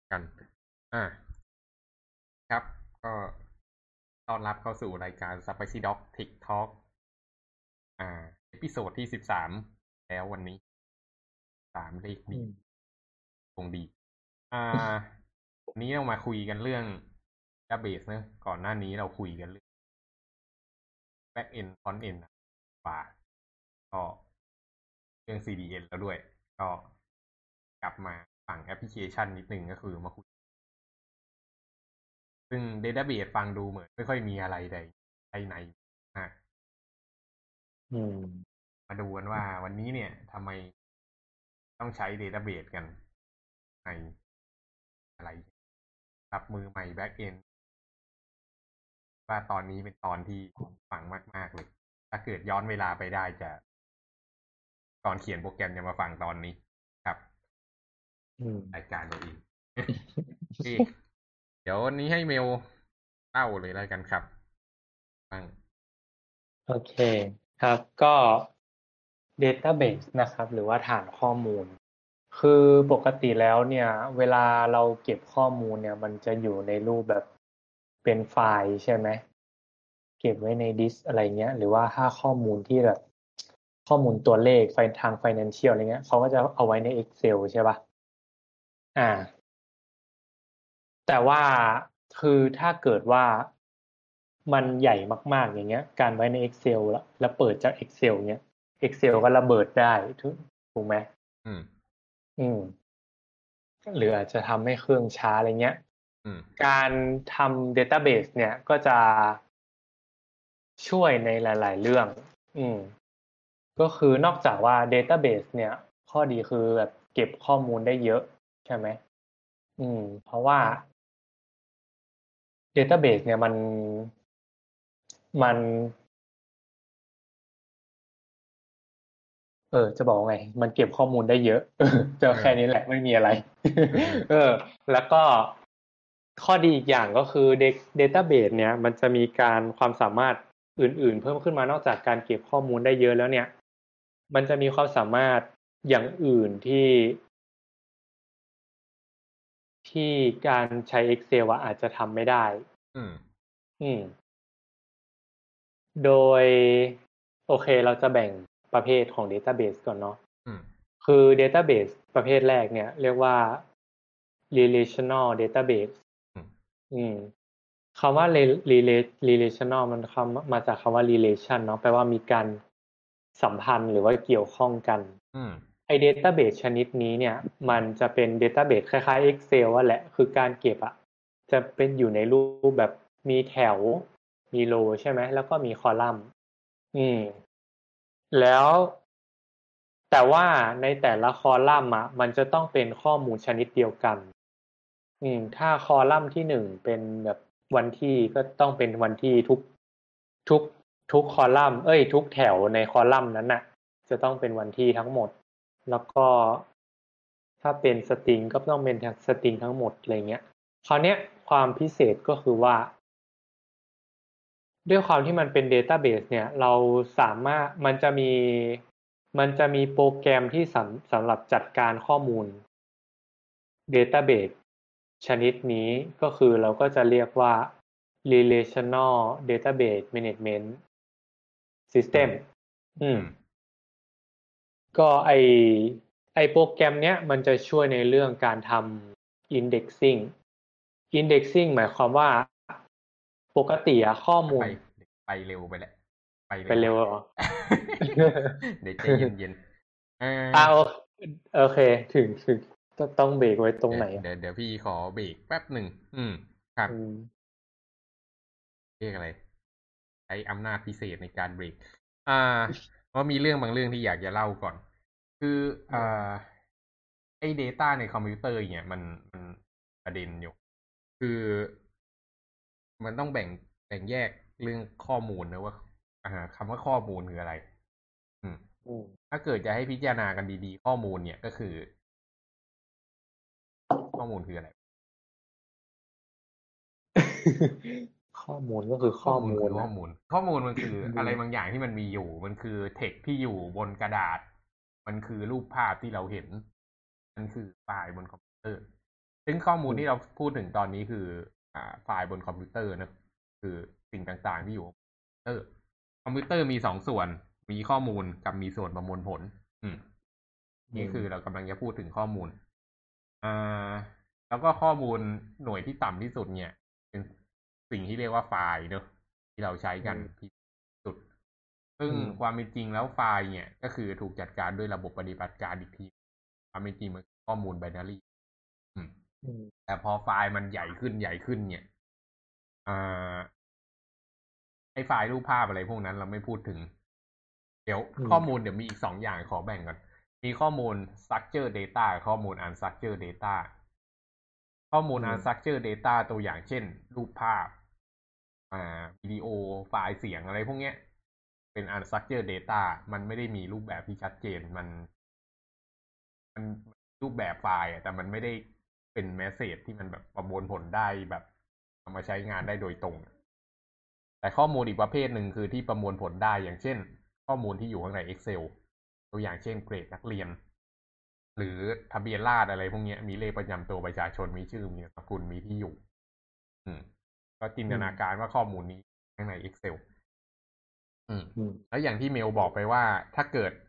กันอ่าครับก็ต้อนรับเข้าสู่รายการ Spicy Dog Tech Talk เอพิโซดที่13แล้ววันนี้เลขดีอืมคงดีอ่าวันนี้เรามาคุยกันเรื่อง database เนอะก่อนหน้านี้เราคุยกันเรื่อง back end front end กว่าก็เรื่อง CDN แล้วด้วยก็กลับมาฝั่งแอปพลิเคชันนิดนึงก็คือมาคุยซึ่ง database ฟังดูเหมือนไม่ค่อยมีอะไรใดภายในอ่ะอืมมาดูกันว่าวันนี้เนี่ยทำไมต้องใช้เดต้าเบสกันในอะไรรับมือใหม่แบ็กเอนว่าตอนนี้เป็นตอนที่ฝังมากๆเลยถ้าเกิดย้อนเวลาไปได้จะตอนเขียนโปรแกรมจะมาฟังตอนนี้ครับอืมรายการตัวเองโอเคเดี๋ยววันนี้ให้เมลเล่าเลยแล้วกันครับบ้างโอเคครับก็ Database นะครับหรือว่าฐานข้อมูลคือปกติแล้วเนี่ยเวลาเราเก็บข้อมูลเนี่ยมันจะอยู่ในรูปแบบเป็นไฟล์ใช่ไหมเก็บไว้ในดิสอะไรเงี้ยหรือว่าถ้าข้อมูลที่แบบข้อมูลตัวเลขไฟทาง financial อะไรเงี้ยเขาก็จะเอาไว้ใน Excel ใช่ป่ะอ่า แต่ว่าคือถ้าเกิดว่ามันใหญ่มากๆอย่างเงี้ยการไว้ใน Excel แล้วเปิดจาก Excel เงี้ย Excel ก็ระเบิดได้ถูกไหมอืมอืมหรืออาจจะทำให้เครื่องช้าอะไรเงี้ยอืมการทำ database เนี่ยก็จะช่วยในหลายๆเรื่องอืมก็คือนอกจากว่า database เนี่ยข้อดีคือแบบเก็บข้อมูลได้เยอะใช่ไหมเพราะว่า database เนี่ยมันจะบอกว่าไงมันเก็บข้อมูลได้เยอะจะเออแค่นี้แหละไม่มีอะไรเออเออแล้วก็ข้อดีอีกอย่างก็คือ database เนี่ยมันจะมีการความสามารถอื่นๆเพิ่มขึ้นมานอกจากการเก็บข้อมูลได้เยอะแล้วเนี่ยมันจะมีความสามารถอย่างอื่นที่การใช้ Excel อะอาจจะทำไม่ได้อืมอืม โดยโอเคเราจะแบ่งประเภทของ Database ก่อนเนาะอืมคือ Database ประเภทแรกเนี่ยเรียกว่า Relational Database อืมอืมคำว่า relational มันมาจากคำว่า relation เนาะแปลว่ามีการสัมพันธ์หรือว่าเกี่ยวข้องกันอืมไอ้ database ชนิดนี้เนี่ยมันจะเป็น database คล้ายๆ Excel ว่าแหละคือการเก็บอะจะเป็นอยู่ในรูปแบบมีแถวมีโรใช่ไหมแล้วก็มีคอลัมน์อืมแล้วแต่ว่าในแต่ละคอลัมน์อะมันจะต้องเป็นข้อมูลชนิดเดียวกันถ้าคอลัมน์ที่หนึ่งเป็นแบบวันที่ก็ต้องเป็นวันที่ทุกทุกคอลัมน์ทุกแถวในคอลัมน์นั้นน่ะจะต้องเป็นวันที่ทั้งหมดแล้วก็ถ้าเป็นสตริงก็ต้องเป็นสตริงทั้งหมดอะไรเงี้ยคราวเนี้ยความพิเศษก็คือว่า ด้วยความที่มันเป็น Database เนี่ยเราสามารถมันจะมีโปรแกรมที่สำหรับจัดการข้อมูล Database ชนิดนี้ก็คือเราก็จะเรียกว่า Relational Database Management อืม System อืมอืมก็ไอโปรแกรมเนี้ยมันจะช่วยในเรื่องการทำ indexing indexing หมายความว่าปกติอะข้อจะไปมูลเร็วไปแหละไปไปเร็วไปเร็วเหรอเดี๋ยวใจเย็นๆอ่าโอเคถึงต้องเบรกไว้ตรงไหนอ่ะเดี๋ยวพี่ขอเบรกแป๊บหนึ่งครับอืมเรียกอะไรใช้อำนาจพิเศษในการเบรกอ่าเพราะมีเรื่องบางเรื่องที่อยากจะเล่าก่อนคืออ่าไอ้ Data ในคอมพิวเตอร์เนี่ยมันประเด็นอยู่คือมันต้องแบ่งแยกเรื่องข้อมูลนะว่าคำว่าข้อมูลคืออะไรอืมอืมถ้าเกิดจะให้พิจารณากันดีๆข้อมูลเนี่ยก็คือข้อมูลคืออะไรข้อมูลก็คือข้อข้อมูลมูลนะคือข้อมูลข้อมูลมันคือดูอะไรบางอย่างที่มันมีอยู่มันคือเทคที่อยู่บนกระดาษมันคือรูปภาพที่เราเห็นมันคือไฟล์บนคอมพิวเตอร์ซึ่งข้อมูลที่เราพูดถึงตอนนี้คือไฟล์บนคอมพิวเตอร์นะคือสิ่งต่างๆที่อยู่บนคอมพิวเตอร์มีสองส่วนมีข้อมูลกับมีส่วนประมวลผลนี่คือเรากำลังจะพูดถึงข้อมูลแล้วก็ข้อมูลหน่วยที่ต่ำที่สุดเนี่ยเป็นสิ่งที่เรียกว่าไฟล์เนอะที่เราใช้กันที่สุดซึ่งความเป็นจริงแล้วไฟล์เนี่ยก็คือถูกจัดการด้วยระบบปฏิบัติการอีกทีความเป็นจริงมันข้อมูลไบนารีแต่พอไฟล์มันใหญ่ขึ้นเนี่ยไอไฟล์รูปภาพอะไรพวกนั้นเราไม่พูดถึงเดี๋ยวข้อมูลเดี๋ยวมีอีกสองอย่างขอแบ่งก่อนมีข้อมูล structure data ข้อมูล unstructured data ข้อมูล unstructured data ตัวอย่างเช่นรูปภาพวิดีโอไฟล์เสียงอะไรพวกเนี้ยเป็น unstructured data มันไม่ได้มีรูปแบบที่ชัดเจนมันรูปแบบไฟล์แต่มันไม่ได้เป็นเมสเสจที่มันแบบประมวลผลได้แบบเอามาใช้งานได้โดยตรงแต่ข้อมูลอีกประเภทหนึ่งคือที่ประมวลผลได้อย่างเช่นข้อมูลที่อยู่ข้างใน Excel ตัวอย่างเช่นเกรดนักเรียนหรือทะเบียนราษฎร์อะไรพวกนี้มีเลขประจำตัวประชาชนมีชื่อมีนามสกุลมีที่อยู่ก็จินตนาการว่าข้อมูลนี้ข้างใน Excel แล้วอย่างที่เมลบอกไปว่าถ้าเกิด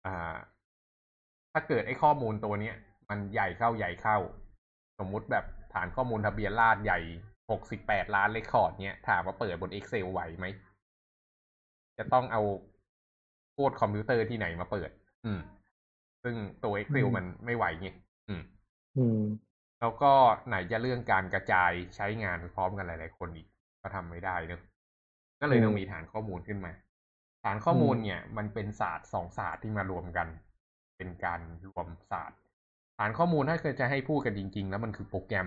ไอ้ข้อมูลตัวเนี้ยมันใหญ่เข้าสมมุติแบบฐานข้อมูลทะเบียนราษฎร์ใหญ่68 ล้านเรคคอร์ดเนี้ยถามว่าเปิดบน Excel ไหวไหมจะต้องเอาโค้ดคอมพิวเตอร์ที่ไหนมาเปิดซึ่งตัว Excel มันไม่ไหวไงแล้วก็ไหนจะเรื่องการกระจายใช้งานพร้อมกันหลายๆคนอีกก็ทำไม่ได้เนอะก็เลยต้องมีฐานข้อมูลขึ้นมาฐานข้อมูลเนี่ยมันเป็นศาสตร์สองศาสตร์ที่มารวมกันเป็นการรวมศาสตร์ฐานข้อมูลถ้าเกิดจะให้พูดกันจริงๆแล้วมันคือโปรแกร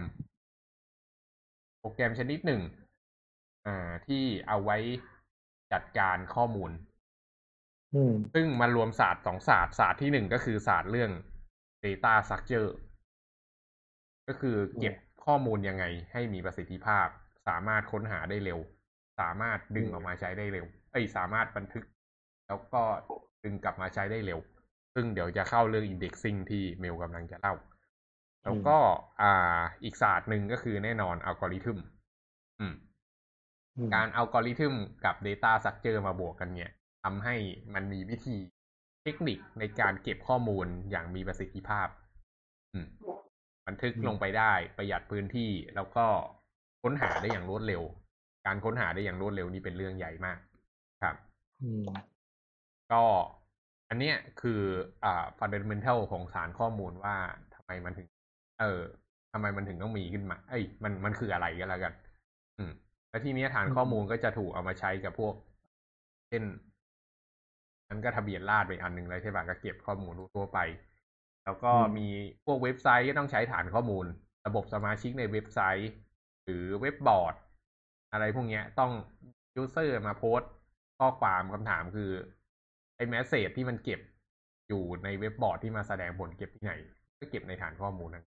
มชนิดหนึ่งที่เอาไว้จัดการข้อมูลซึ่งมารวมศาสตร์สองศาสตร์ที่หนึ่งก็คือศาสตร์เรื่อง data structure ก็คือเก็บข้อมูลยังไงให้มีประสิทธิภาพสามารถค้นหาได้เร็วสามารถดึงออกมาใช้ได้เร็วสามารถบันทึกแล้วก็ดึงกลับมาใช้ได้เร็วซึ่งเดี๋ยวจะเข้าเรื่อง indexing ที่เมลกำลังจะเล่าแล้วก็อีกศาสตร์หนึ่งก็คือแน่นอนอัลกอริทึมการอัลกอริทึมกับ data structure มาบวกกันเนี่ยทำให้มันมีวิธีเทคนิคในการเก็บข้อมูลอย่างมีประสิทธิภาพบันทึกลงไปได้ประหยัดพื้นที่แล้วก็ค้นหาได้อย่างรวดเร็วการค้นหาได้อย่างรวดเร็วนี่เป็นเรื่องใหญ่มากครับก็อันเนี้ยคือfundamental ของฐานข้อมูลว่าทำไมมันถึงทำไมมันถึงต้องมีขึ้นมามันคืออะไรก็แล้วกันแล้วทีนี้ฐานข้อมูลก็จะถูกเอามาใช้กับพวกเช่นมันก็ทะเบียนราษฎร์ไปอันหนึ่งเลยใช่ป่ะก็เก็บข้อมูลทั่วไปแล้วก็มีพวกเว็บไซต์ก็ต้องใช้ฐานข้อมูลระบบสมาชิกในเว็บไซต์หรือเว็บบอร์ดอะไรพวกนี้ต้องยูเซอร์มาโพสต์ข้อความคำถามคือไอ้แมสเสจที่มันเก็บอยู่ในเว็บบอร์ดที่มาแสดงผลเก็บที่ไหนก็เก็บในฐานข้อมูลนั้น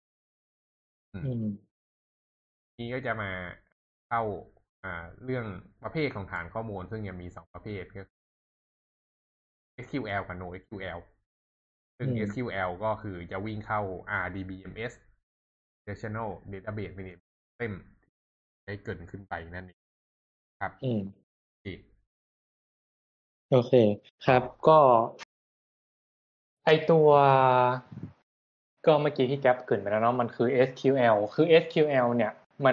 นี้ก็จะมาเข้าเรื่องประเภทของฐานข้อมูลซึ่งยังมีสองประเภทก็ SQL กับ NoSQL ซึ่ง SQL ก็คือจะวิ่งเข้า RDBMS Relational Database Management System ได้เกิดขึ้นไปนั่นเองครับโอเคครับก็ไอตัวก็เมื่อกี้ที่แก๊ปเกริ่นไปแล้วเนาะมันคือ SQL คือ SQL เนี่ยมัน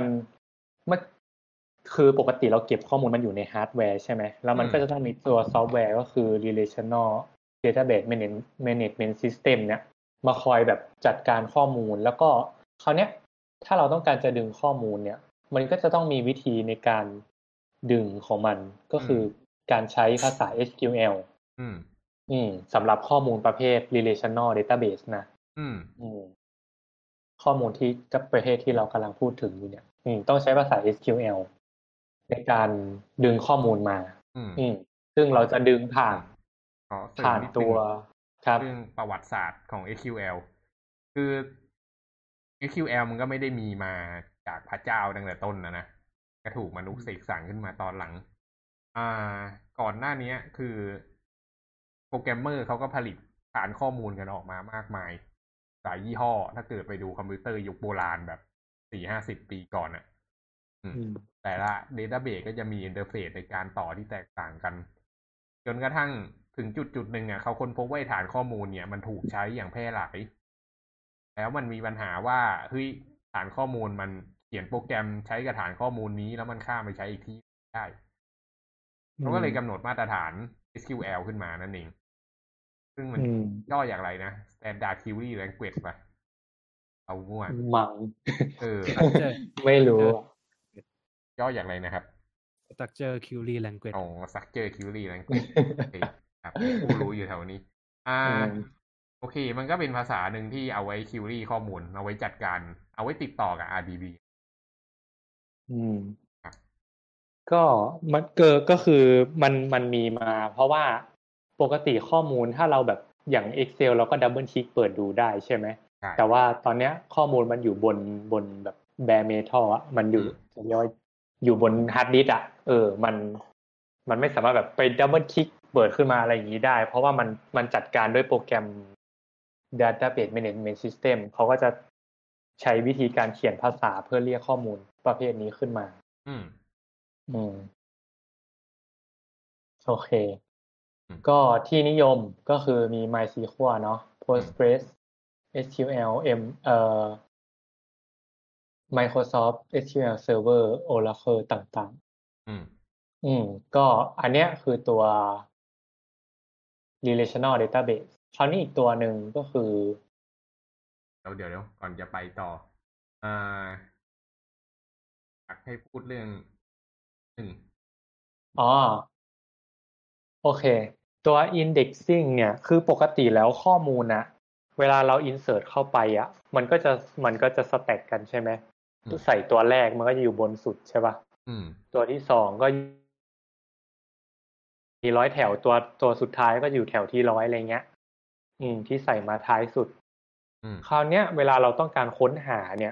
คือปกติเราเก็บข้อมูลมันอยู่ในฮาร์ดแวร์ใช่ไหมแล้วมันก็จะต้องมีตัวซอฟต์แวร์ก็คือ Relational Database Management System เนี่ยมาคอยแบบจัดการข้อมูลแล้วก็คราวเนี้ยถ้าเราต้องการจะดึงข้อมูลเนี่ยมันก็จะต้องมีวิธีในการดึงของมันก็คือการใช้ภาษา SQL สำหรับข้อมูลประเภท relational database นะข้อมูลที่ประเภทที่เรากำลังพูดถึงอยู่เนี่ยต้องใช้ภาษา SQL ในการดึงข้อมูลมาซึ่งเราจะดึงผ่านตัวเรื่องประวัติศาสตร์ของ SQL คือ SQL มันก็ไม่ได้มีมาจากพระเจ้าตั้งแต่ต้นนะก็ถูกมนุษย์เสกสรรขึ้นมาตอนหลังก่อนหน้านี้คือโปรแกรมเมอร์เขาก็ผลิตฐานข้อมูลกันออกมามากมายหลายยี่ห้อถ้าเกิดไปดูคอมพิวเตอร์ยุคโบราณแบบ 40-50 ปีก่อนอ่ะแต่ละ database ก็จะมีอินเทอร์เฟซในการต่อที่แตกต่างกันจนกระทั่งถึงจุดหนึ่งอ่ะเขาค้นพบว่าฐานข้อมูลเนี่ยมันถูกใช้อย่างแพร่หลายแล้วมันมีปัญหาว่าเฮ้ยฐานข้อมูลมันเขียนโปรแกรมใช้กับฐานข้อมูลนี้แล้วมันข้ามไปใช้อีกที่ได้เขาก็เลยกำหนดมาตรฐาน SQL ขึ้นมานั่นเองซึ่งมันย่ออย่างไรนะ Standard Query Language ป่ะเอาง่วงมังไม่รู้ย่ออย่างไรนะครับ Structure Query Language Structure Query Language โอเคครับผู้รู้อยู่แถวนี้โอเคมันก็เป็นภาษาหนึ่งที่เอาไว้ query ข้อมูลเอาไว้จัดการเอาไว้ติดต่อกับ RDB ก็มันก็คือมันมีมาเพราะว่าปกติข้อมูลถ้าเราแบบอย่าง Excel เราก็ดับเบิลคลิกเปิดดูได้ใช่ไหมแต่ว่าตอนเนี้ยข้อมูลมันอยู่บนแบบแบร์เมทัลอ่ะมันอยู่จะเรียกว่าอยู่บนฮาร์ดดิสก์อ่ะมันไม่สามารถแบบไปดับเบิลคลิกเปิดขึ้นมาอะไรอย่างนี้ได้เพราะว่ามันจัดการด้วยโปรแกรม Database Management System เขาก็จะใช้วิธีการเขียนภาษาเพื่อเรียกข้อมูลประเภทนี้ขึ้นมาโอเคก็ที่นิยมก็คือมี MySQL เนาะ Postgres SQL Microsoft SQL Server Oracle ต่างๆก็อันเนี้ยคือตัว relational database คราวนี้อีกตัวหนึ่งก็คือเดี๋ยวก่อนจะไปต่ออยากให้พูดเรื่องโอเคตัว indexing เนี่ยคือปกติแล้วข้อมูลนะเวลาเรา insert เข้าไปอ่ะมันก็จะ stack กันใช่ไหมใส่ตัวแรกมันก็จะอยู่บนสุดใช่ป่ะตัวที่สองก็มี100แถวตัวสุดท้ายก็อยู่แถวที่100อะไรเงี้ยที่ใส่มาท้ายสุดคราวเนี้ยเวลาเราต้องการค้นหาเนี่ย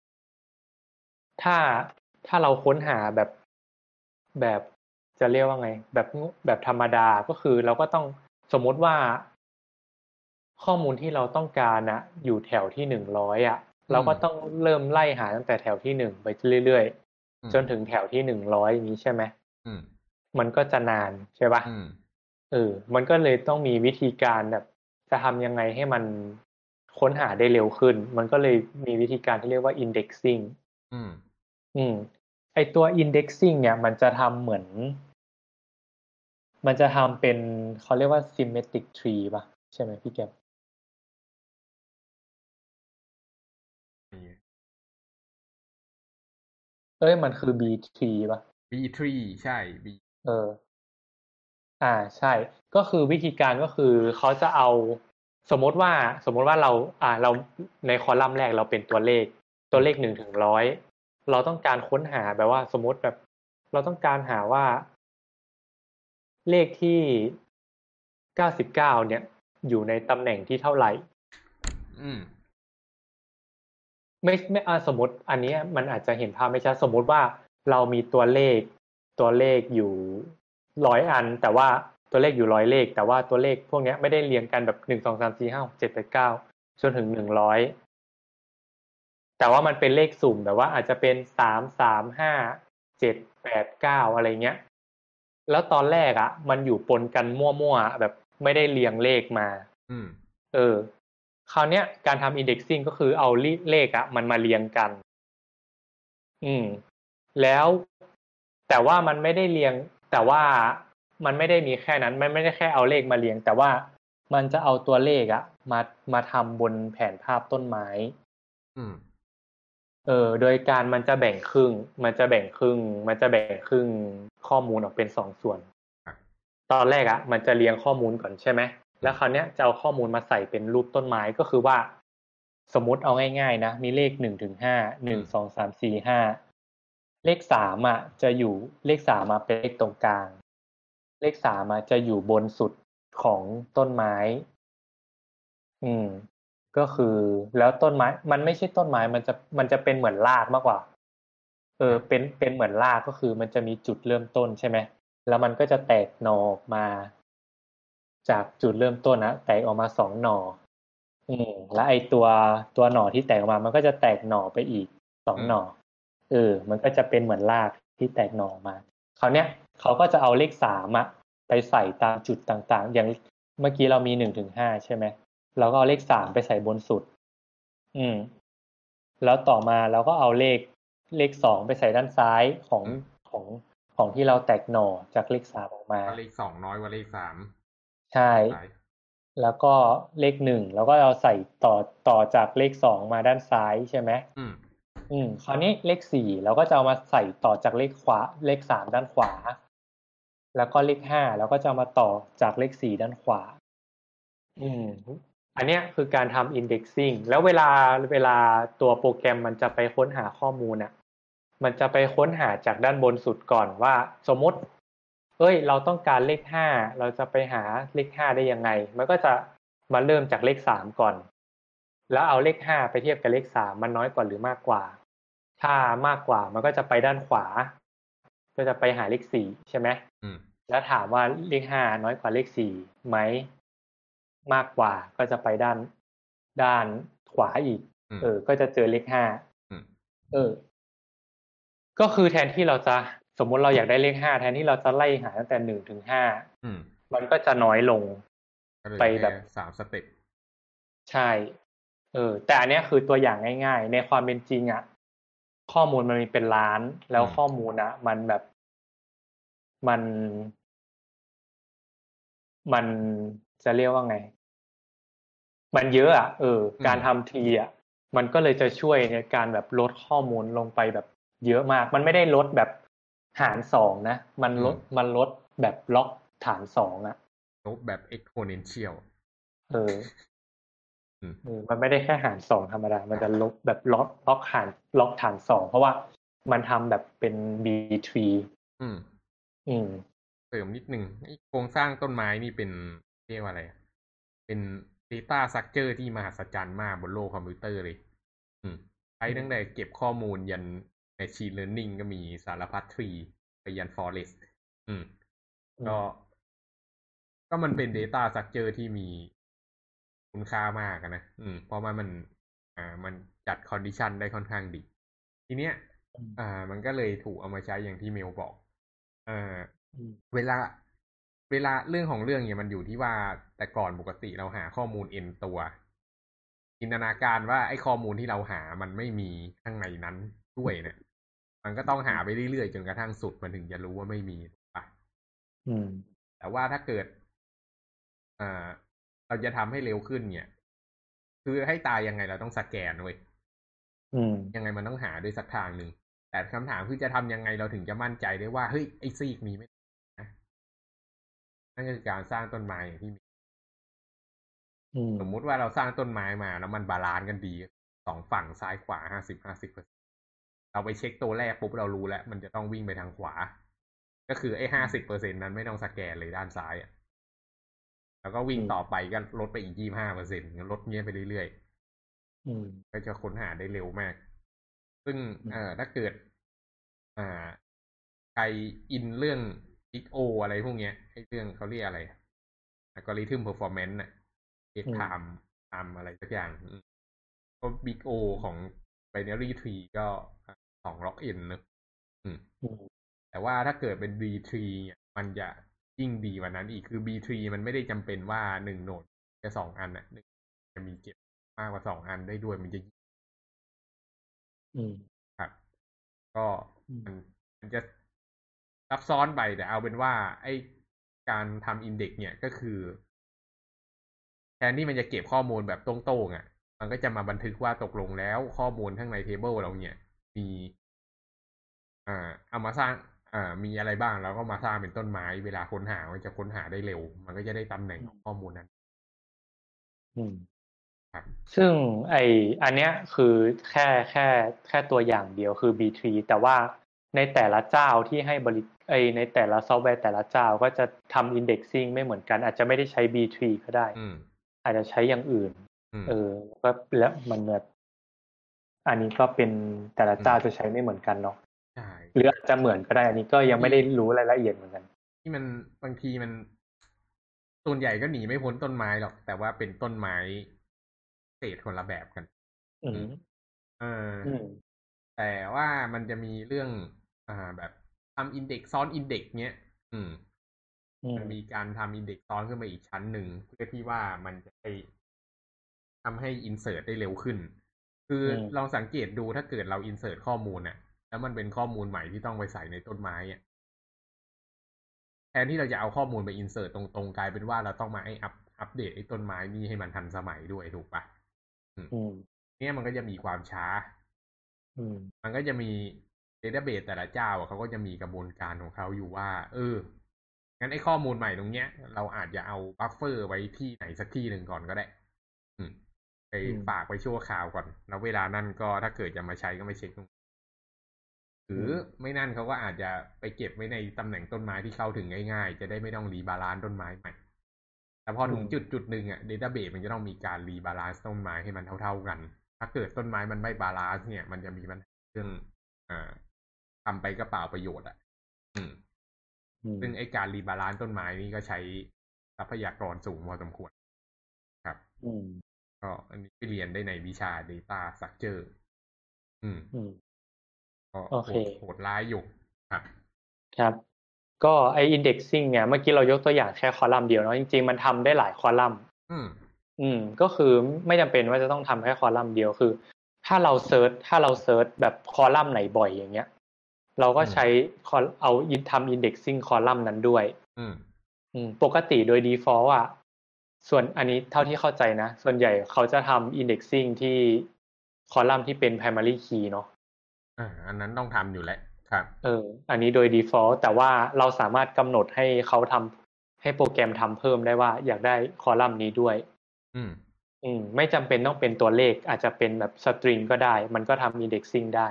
ถ้าเราค้นหาแบบจะเรียกว่าไงแบบธรรมดาก็คือเราก็ต้องสมมติว่าข้อมูลที่เราต้องการนะอยู่แถวที่100อ่ะเราก็ต้องเริ่มไล่หาตั้งแต่แถวที่1ไปเรื่อยๆจนถึงแถวที่100อย่างนี้ใช่ไหมมันก็จะนานใช่ป่ะมันก็เลยต้องมีวิธีการแบบจะทำยังไงให้มันค้นหาได้เร็วขึ้นมันก็เลยมีวิธีการที่เรียกว่า indexing ไอตัว indexing เนี่ยมันจะทำเหมือนมันจะทำเป็นเขาเรียกว่า symmetric tree ป่ะใช่ไหมพี่แกมมันคือ B tree ป่ะ B tree ใช่ B ใช่ก็คือวิธีการก็คือเขาจะเอาสมมติว่าเราในคอลัมน์แรกเราเป็นตัวเลข1 ถึง 100เราต้องการค้นหาแบบว่าสมมติแบบเราต้องการหาว่าเลขที่99เนี่ยอยู่ในตำแหน่งที่เท่าไหร่ไม่สมมติอันนี้มันอาจจะเห็นภาพไม่ชัดสมมติว่าเรามีตัวเลขอยู่100อันแต่ว่าตัวเลขอยู่100เลขแต่ว่าตัวเลขพวกนี้ไม่ได้เรียงกันแบบ1 2 3 4 5 6 7 8 9จนถึง100แต่ว่ามันเป็นเลขสุ่มแบบว่าอาจจะเป็น3 3 5 7 8 9อะไรเงี้ยแล้วตอนแรกอ่ะมันอยู่ปนกันมั่วๆแบบไม่ได้เรียงเลขมาคราวเนี้ยการทำ indexing ก็คือเอาเลขอ่ะมันมาเรียงกันแล้วแต่ว่ามันไม่ได้เรียงแต่ว่ามันไม่ได้มีแค่นั้นมันไม่ได้แค่เอาเลขมาเรียงแต่ว่ามันจะเอาตัวเลขอ่ะมาทำบนแผนภาพต้นไม้โดยการมันจะแบ่งครึ่งข้อมูลออกเป็น2ส่วนตอนแรกอ่ะมันจะเรียงข้อมูลก่อนใช่ไหมแล้วคราวเนี้ยจะเอาข้อมูลมาใส่เป็นรูปต้นไม้ก็คือว่าสมมุติเอาง่ายๆนะมีเลข1 ถึง 5 1 2 3 4 5เลข3อ่ะจะอยู่เลข3มาเป็นเลขตรงกลางเลข3อ่ะจะอยู่บนสุดของต้นไม้ก็คือแล้วต้นไม้มันไม่ใช่ต้นไม้มันจะเป็นเหมือนรากมากกว่าเป็นเหมือนรากก็คือมันจะมีจุดเริ่มต้นใช่ไหมแล้วมันก็จะแตกหน่อออกมาจากจุดเริ่มต้นนะแตกออกมา2 หน่อแล้วไอตัวหน่อที่แตกออกมามันก็จะแตกหน่อไปอีก 2 หน่อมันก็จะเป็นเหมือนรากที่แตกหน่อมาคราวเนี้ยเขาก็จะเอาเลข3อะไปใส่ตามจุดต่างๆอย่างเมื่อกี้เรามี1 ถึง 5ใช่ไหมเราก็เอาเลข3ไปใส่บนสุดแล้วต่อมาเราก็เอาเลข2ไปใส่ด้านซ้ายของของที่เราแตกหน่อจากเลข3ออกมาเลข2น้อยกว่าเลข3 ใช่แล้วก็เลข1แล้วก็เราใส่ต่อจากเลข2มาด้านซ้ายใช่ไหมคราวนี้เลข4เราก็จะเอามาใส่ต่อจากเลข3ด้านขวาแล้วก็เลข5เราก็จะเอามาต่อจากเลข4ด้านขวาอันเนี้ยคือการทำ indexing แล้วเวลาตัวโปรแกรมมันจะไปค้นหาข้อมูลมันจะไปค้นหาจากด้านบนสุดก่อนว่าสมมติเราต้องการเลข5เราจะไปหาเลข5ได้ยังไงมันก็จะมาเริ่มจากเลข3ก่อนแล้วเอาเลข5ไปเทียบกับเลข3มันน้อยกว่าหรือมากกว่าถ้ามากกว่ามันก็จะไปด้านขวาก็จะไปหาเลข4ใช่ไหมแล้วถามว่าเลข5น้อยกว่าเลข4ไหมมากกว่าก็จะไปด้านขวาอีกก็จะเจอเลข5ก็คือแทนที่เราจะสมมุติเราอยากได้เลข5แทนที่เราจะไล่หาตั้งแต่1 ถึง 5มันก็จะน้อยลงไปแบบ 3 สเต็ปใช่แต่อันนี้คือตัวอย่างง่ายๆในความเป็นจริงข้อมูลมันมีเป็นล้านแล้วข้อมูลมันแบบมันจะเรียกว่าไงมันเยอะการทำทีมันก็เลยจะช่วยในการแบบลดข้อมูลลงไปแบบเยอะมากมันไม่ได้ลดแบบหาร2นะมันลดแบบล็อกฐาน2 ลบแบบ exponential มันไม่ได้แค่หาร2ธรรมดามันจะลบแบบล็อกฐาน2เพราะว่ามันทำแบบเป็น B3 เสริมนิดนึงโครงสร้างต้นไม้นี่เป็นเรียกว่าอะไรเป็น data structure ที่มหัศจรรย์มากบนโลกคอมพิวเตอร์เลยใช้ตั้งแต่เก็บข้อมูลยัน machine learning ก็มีสารพัด tree ไปยัน forest ก็มันเป็น data structure ที่มีคุณค่ามากนะเพราะมันจัด condition ได้ค่อนข้างดีทีเนี้ยมันก็เลยถูกเอามาใช้อย่างที่เมลบอกเวลาเรื่องของเรื่องเนี่ยมันอยู่ที่ว่าแต่ก่อนปกติเราหาข้อมูล n ตัวจินตนาการว่าไอ้ข้อมูลที่เราหามันไม่มีข้างในนั้นด้วยเนี่ยมันก็ต้องหาไปเรื่อยๆจนกระทั่งสุดมันถึงจะรู้ว่าไม่มีป่ะแต่ว่าถ้าเกิดเราจะทำให้เร็วขึ้นเนี่ยคือให้ตายยังไงเราต้องสแกนเว้ยยังไงมันต้องหาด้วยสักทางหนึ่งแต่คำถามคือจะทำยังไงเราถึงจะมั่นใจได้ว่าเฮ้ยไอ้ซีกนี้ไม่นะนั่นคือการสร้างต้นไม้อย่างที่มีสมมุติว่าเราสร้างต้นไม้มาแล้วมันบาลานซ์กันดี2 ฝั่งซ้ายขวา50-50%เราไปเช็คตัวแรกปุ๊บเรารู้แล้วมันจะต้องวิ่งไปทางขวาก็คือไอ้50%นั้นไม่ต้องสแกนเลยด้านซ้ายแล้วก็วิ่งต่อไปก็ลดไปอีก25%ลดเงี้ยไปเรื่อยๆก็จะค้นหาได้เร็วมากซึ่งถ้าเกิดใครอินเรื่อง Big O อะไรพวกเนี้ยให้เรื่องเขาเรียกอะไรalgorithm performance เอ็กไทม์อะไรสักอย่างก็ Big O ของ binary tree ก็2 log n นะแต่ว่าถ้าเกิดเป็น B3 เนี่ยมันจะยิ่งดีกว่านั้นอีกคือ B3 มันไม่ได้จำเป็นว่า1โหนดจะ2อันจะมีเก็บมากกว่า2อันได้ด้วยมันจะครับก็มันจะซับซ้อนไปแต่เอาเป็นว่าไอ้การทำอินเด็กซ์เนี่ยก็คือแทนที่มันจะเก็บข้อมูลแบบตรงๆมันก็จะมาบันทึกว่าตกลงแล้วข้อมูลข้างในเทเบิลเราเนี่ยมีเอามาสร้างมีอะไรบ้างแล้วก็มาสร้างเป็นต้นไม้เวลาค้นหามันจะค้นหาได้เร็วมันก็จะได้ตำแหน่งของข้อมูลนั้นครับซึ่งอันเนี้ยคือแค่ตัวอย่างเดียวคือ B3 แต่ว่าในแต่ละเจ้าที่ให้ในแต่ละซอฟต์แวร์แต่ละเจ้าก็จะทำ indexing ไม่เหมือนกันอาจจะไม่ได้ใช้ B3 ก็ได้อาจจะใช้อย่างอื่นก็แล้วมันแบบอันนี้ก็เป็นแต่ละเจ้าจะใช้ไม่เหมือนกันเนาะหรืออาจจะเหมือนก็ได้อันนี้ก็ยังไม่ได้รู้รายละเอียดเหมือนกันที่มันบางทีมันส่วนใหญ่ก็หนีไม่พ้นต้นไม้หรอกแต่ว่าเป็นต้นไม้เศษคนละแบบกันแต่ว่ามันจะมีเรื่องแบบทำอินเด็กซ์ซ้อนอินเด็กซ์เนี้ย มันมีการทำอินเด็กซ์ซ้อนขึ้นมาอีกชั้นหนึ่งเพื่อที่ว่ามันจะได้ทำให้อินเสิร์ตได้เร็วขึ้น คือลองสังเกตดูถ้าเกิดเราอินเสิร์ตข้อมูลน่ะ แล้วมันเป็นข้อมูลใหม่ที่ต้องไปใส่ในต้นไม้อ่ะแทนที่เราจะเอาข้อมูลไปอินเสิร์ตตรงๆกลายเป็นว่าเราต้องมาอัปเดตไอ้ต้นไม้นี่ให้มันทันสมัยด้วยถูกปะเนี่ยมันก็จะมีความช้ามันก็จะมีเดต้าเบสแต่ละเจ้าเขาก็จะมีกระบวนการของเขาอยู่ว่างั้นไอ้ข้อมูลใหม่ตรงเนี้ยเราอาจจะเอาบัฟเฟอร์ไว้ที่ไหนสักที่หนึ่งก่อนก็ได้ไปฝากไว้ชั่วคราวก่อนแล้วเวลานั่นก็ถ้าเกิดจะมาใช้ก็ไม่เช็คหรือไม่นั่นเขาก็อาจจะไปเก็บไว้ในตำแหน่งต้นไม้ที่เข้าถึงง่ายๆจะได้ไม่ต้องรีบาลานซ์ต้นไม้ใหม่แต่พอถึงจุดหนึ่งอ่ะเดต้าเบสมันจะต้องมีการรีบาลานซ์ต้นไม้ให้มันเท่าๆกันถ้าเกิดต้นไม้มันไม่บาลานซ์เนี่ยมันจะมีปัญหาเรื่องทำไปก็เปล่าประโยชน์อ่ะซึ่งไอการรีบาลานซ์ต้นไม้นี่ก็ใช้ทรัพยากรสูงพอสมควรครับก็อันนี้ไปเรียนได้ในวิชา Data Structure ก็โหดร้ายอยู่ครับก็ไอ indexing เนี่ยเมื่อกี้เรายกตัวอย่างแค่คอลัมน์เดียวเนาะจริงๆมันทำได้หลายคอลัมน์ก็คือไม่จำเป็นว่าจะต้องทำแค่คอลัมน์เดียวคือถ้าเราเซิร์ชแบบคอลัมน์ไหนบ่อยอย่างเงี้ยเราก็ใช้เอาทำ indexing คอลัมน์นั้นด้วยปกติโดย default อ่ะส่วนอันนี้เท่าที่เข้าใจนะส่วนใหญ่เขาจะทำ indexing ที่คอลัมน์ที่เป็น primary key เนาะอันนั้นต้องทำอยู่แล้วครับอันนี้โดย default แต่ว่าเราสามารถกำหนดให้เขาทำให้โปรแกรมทำเพิ่มได้ว่าอยากได้คอลัมน์นี้ด้วยไม่จำเป็นต้องเป็นตัวเลขอาจจะเป็นแบบสตริงก็ได้มันก็ทำ indexing ได้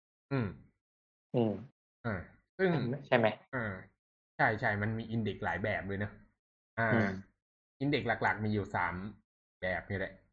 ซึ่งใช่ไหมใช่มันมีอินเด็กซ์หลายแบบเลยนะอินเด็กซ์หลักๆมีอยู่3แบบนี่แหละ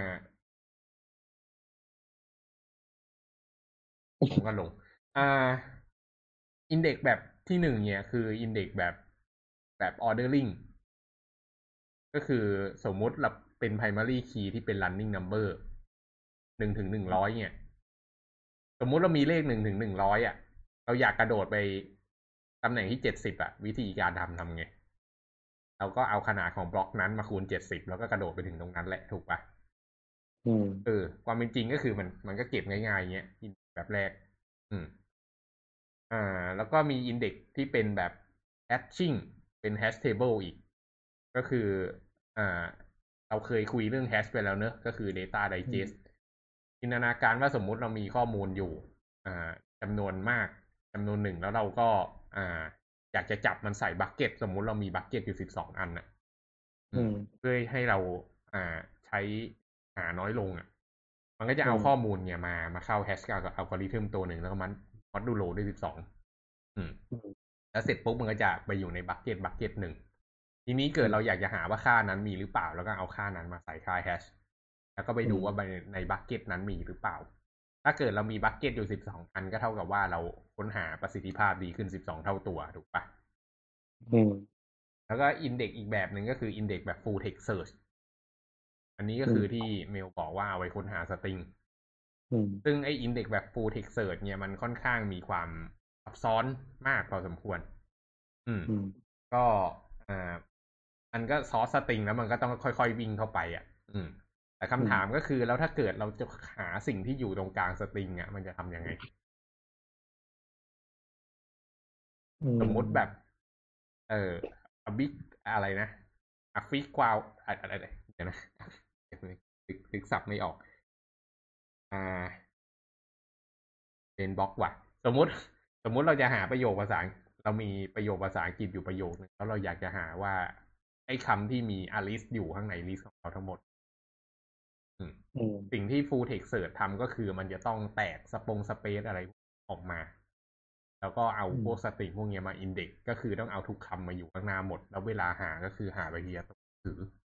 ผมก็ลงอินเด็กซ์แบบที่1เนี่ยคืออินเด็กซ์แบบ ordering ก็คือสมมุติเราเป็น primary key ที่เป็น running number 1 ถึง 100เนี่ยสมมุติเรามีเลข1 ถึง 100อ่ะเราอยากกระโดดไปตำแหน่งที่70อ่ะวิธีการทำไงเราก็เอาขนาดของบล็อกนั้นมาคูณ70แล้วก็กระโดดไปถึงตรงนั้นแหละถูกปะความเป็นจริงก็คือมันก็เก็บง่ายๆเงี้ยแบบแรกแล้วก็มีอินเด็กซ์ที่เป็นแบบ hashing เป็น hash table อีกก็คือเราเคยคุยเรื่อง hash ไปแล้วเนอะก็คือ data digest จินตนาการว่าสมมุติเรามีข้อมูลอยู่จำนวนมากจำนวนหนึ่งแล้วเราก็อยากจะจับมันใส่บัคเก็ตสมมุติเรามีบัคเก็ตอยู่12อันน่ะเพื่อให้เราใช้หาน้อยลงอ่ะมันก็จะเอาข้อมูลเนี่ยมาเข้าแฮชกับอัลกอริทึมตัวหนึ่งแล้วก็มันวัดดูโลด้วย12แล้วเสร็จปุ๊บมันก็จะไปอยู่ในบัคเก็ตหนึ่งทีนี้เกิดเราอยากจะหาว่าค่านั้นมีหรือเปล่าแล้วก็เอาค่านั้นมาใส่ค่าแฮชแล้วก็ไปดูว่าในบัคเก็ตนั้นมีหรือเปล่าถ้าเกิดเรามีบัคเก็ตอยู่12อันก็เท่ากับว่าเราค้นหาประสิทธิภาพดีขึ้น12เท่าตัวถูกปะแล้วก็อินเด็กซ์อีกแบบหนึ่งก็คืออินเด็กซ์แบบ full text search อันนี้ก็คือที่เมลบอกว่าเอาไว้ค้นหาสตริงซึ่งไอ้อินเด็กซ์แบบ full text search เนี่ยมันค่อนข้างมีความซับซ้อนมากพอสมควรก็มันก็ซอสสตริงแล้วมันก็ต้องค่อยๆวิ่งเข้าไปแต่คำถามก็คือแล้วถ้าเกิดเราจะหาสิ่งที่อยู่ตรงกลางสตริงมันจะทำยังไงสมมุติแบบบิ๊กอะไรนะฟิกกวาวอะไรเดี๋ยวนะนึกศัพท์ไม่ออกเป็นบล็อกว่ะสมมุติเราจะหาประโยคภาษาเรามีประโยคภาษาอังกฤษอยู่ประโยคนึงแล้วเราอยากจะหาว่าไอ้คำที่มีlist อยู่ข้างใน list ของเราทั้งหมดสิ่งที่ full text search ทำก็คือมันจะต้องแตกสเปซอะไรออกมาแล้วก็เอาพวกสตริงพวกนี้มาอินเด็กซ์ก็คือต้องเอาทุกคำมาอยู่ข้างหน้าหมดแล้วเวลาหาก็คือหาไปทีละตัวถือ